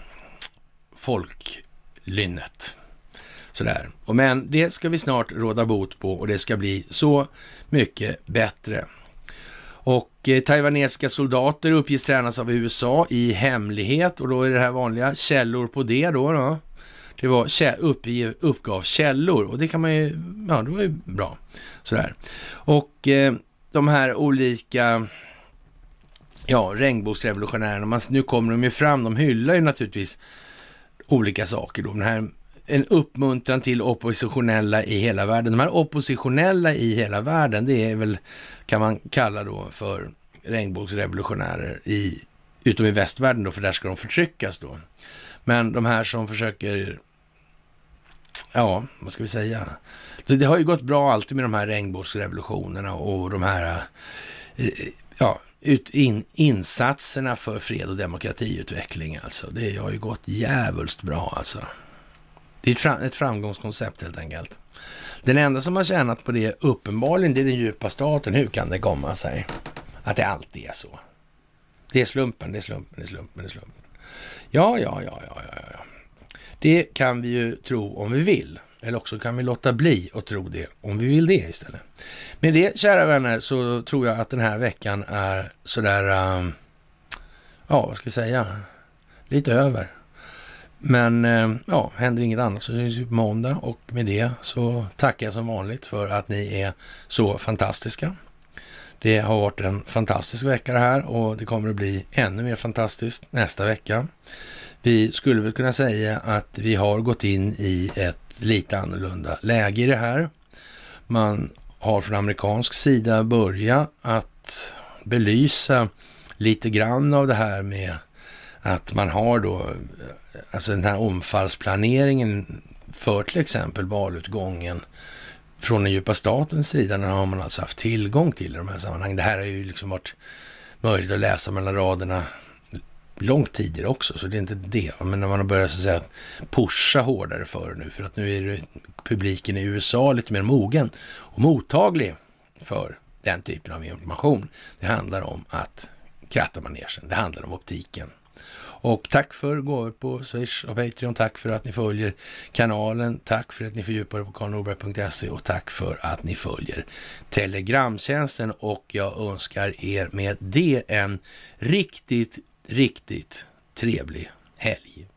folklynnet. Sådär. Och men det ska vi snart råda bot på, och det ska bli så mycket bättre. Och eh, taiwanesiska soldater uppges tränas av U S A i hemlighet, och då är det här vanliga källor på det då då. Det var kä- uppgiv, uppgav källor, och det kan man ju, ja, det var ju bra. Sådär. Och eh, de här olika, ja, regnbågsrevolutionärerna, man, nu kommer de ju fram, de hyllar ju naturligtvis olika saker då. Den här, en uppmuntran till oppositionella i hela världen. De här oppositionella i hela världen, det är väl, kan man kalla då för regnbågsrevolutionärer i, utom i västvärlden då, för där ska de förtryckas då. Men de här som försöker, ja, vad ska vi säga? Det, det har ju gått bra alltid med de här regnbågsrevolutionerna och de här, ja, ut, in, insatserna för fred och demokratiutveckling alltså. Det har ju gått jävulst bra alltså. Det är ett, fram, ett framgångskoncept helt enkelt. Den enda som har tjänat på det uppenbarligen, det är den djupa staten. Hur kan det komma sig att det alltid är så? Det är slumpen, det är slumpen, det är slumpen, det är slumpen. Ja, ja, ja, ja, ja, ja. Det kan vi ju tro om vi vill. Eller också kan vi låta bli och tro det om vi vill det istället. Med det, kära vänner, så tror jag att den här veckan är sådär, um, ja vad ska vi säga, lite över. Men ja, händer inget annat så syns vi på måndag, och med det så tackar jag som vanligt för att ni är så fantastiska. Det har varit en fantastisk vecka det här, och det kommer att bli ännu mer fantastiskt nästa vecka. Vi skulle väl kunna säga att vi har gått in i ett lite annorlunda läge i det här. Man har från amerikansk sida börjat att belysa lite grann av det här med att man har då, alltså den här omfallsplaneringen för till exempel valutgången från den djupa statens sida, när har man alltså haft tillgång till de här sammanhangen. Det här har ju liksom varit möjligt att läsa mellan raderna långt tidigare också, så det är inte det. Men när man har börjat så att säga pusha hårdare för nu, för att nu är det publiken i U S A lite mer mogen och mottaglig för den typen av information. Det handlar om att kratta manegen, det handlar om optiken. Och tack för gåvor på Swish och Patreon, tack för att ni följer kanalen, tack för att ni fördjupar er på karl norberg punkt se och tack för att ni följer Telegramtjänsten, och jag önskar er med det en riktigt, riktigt trevlig helg.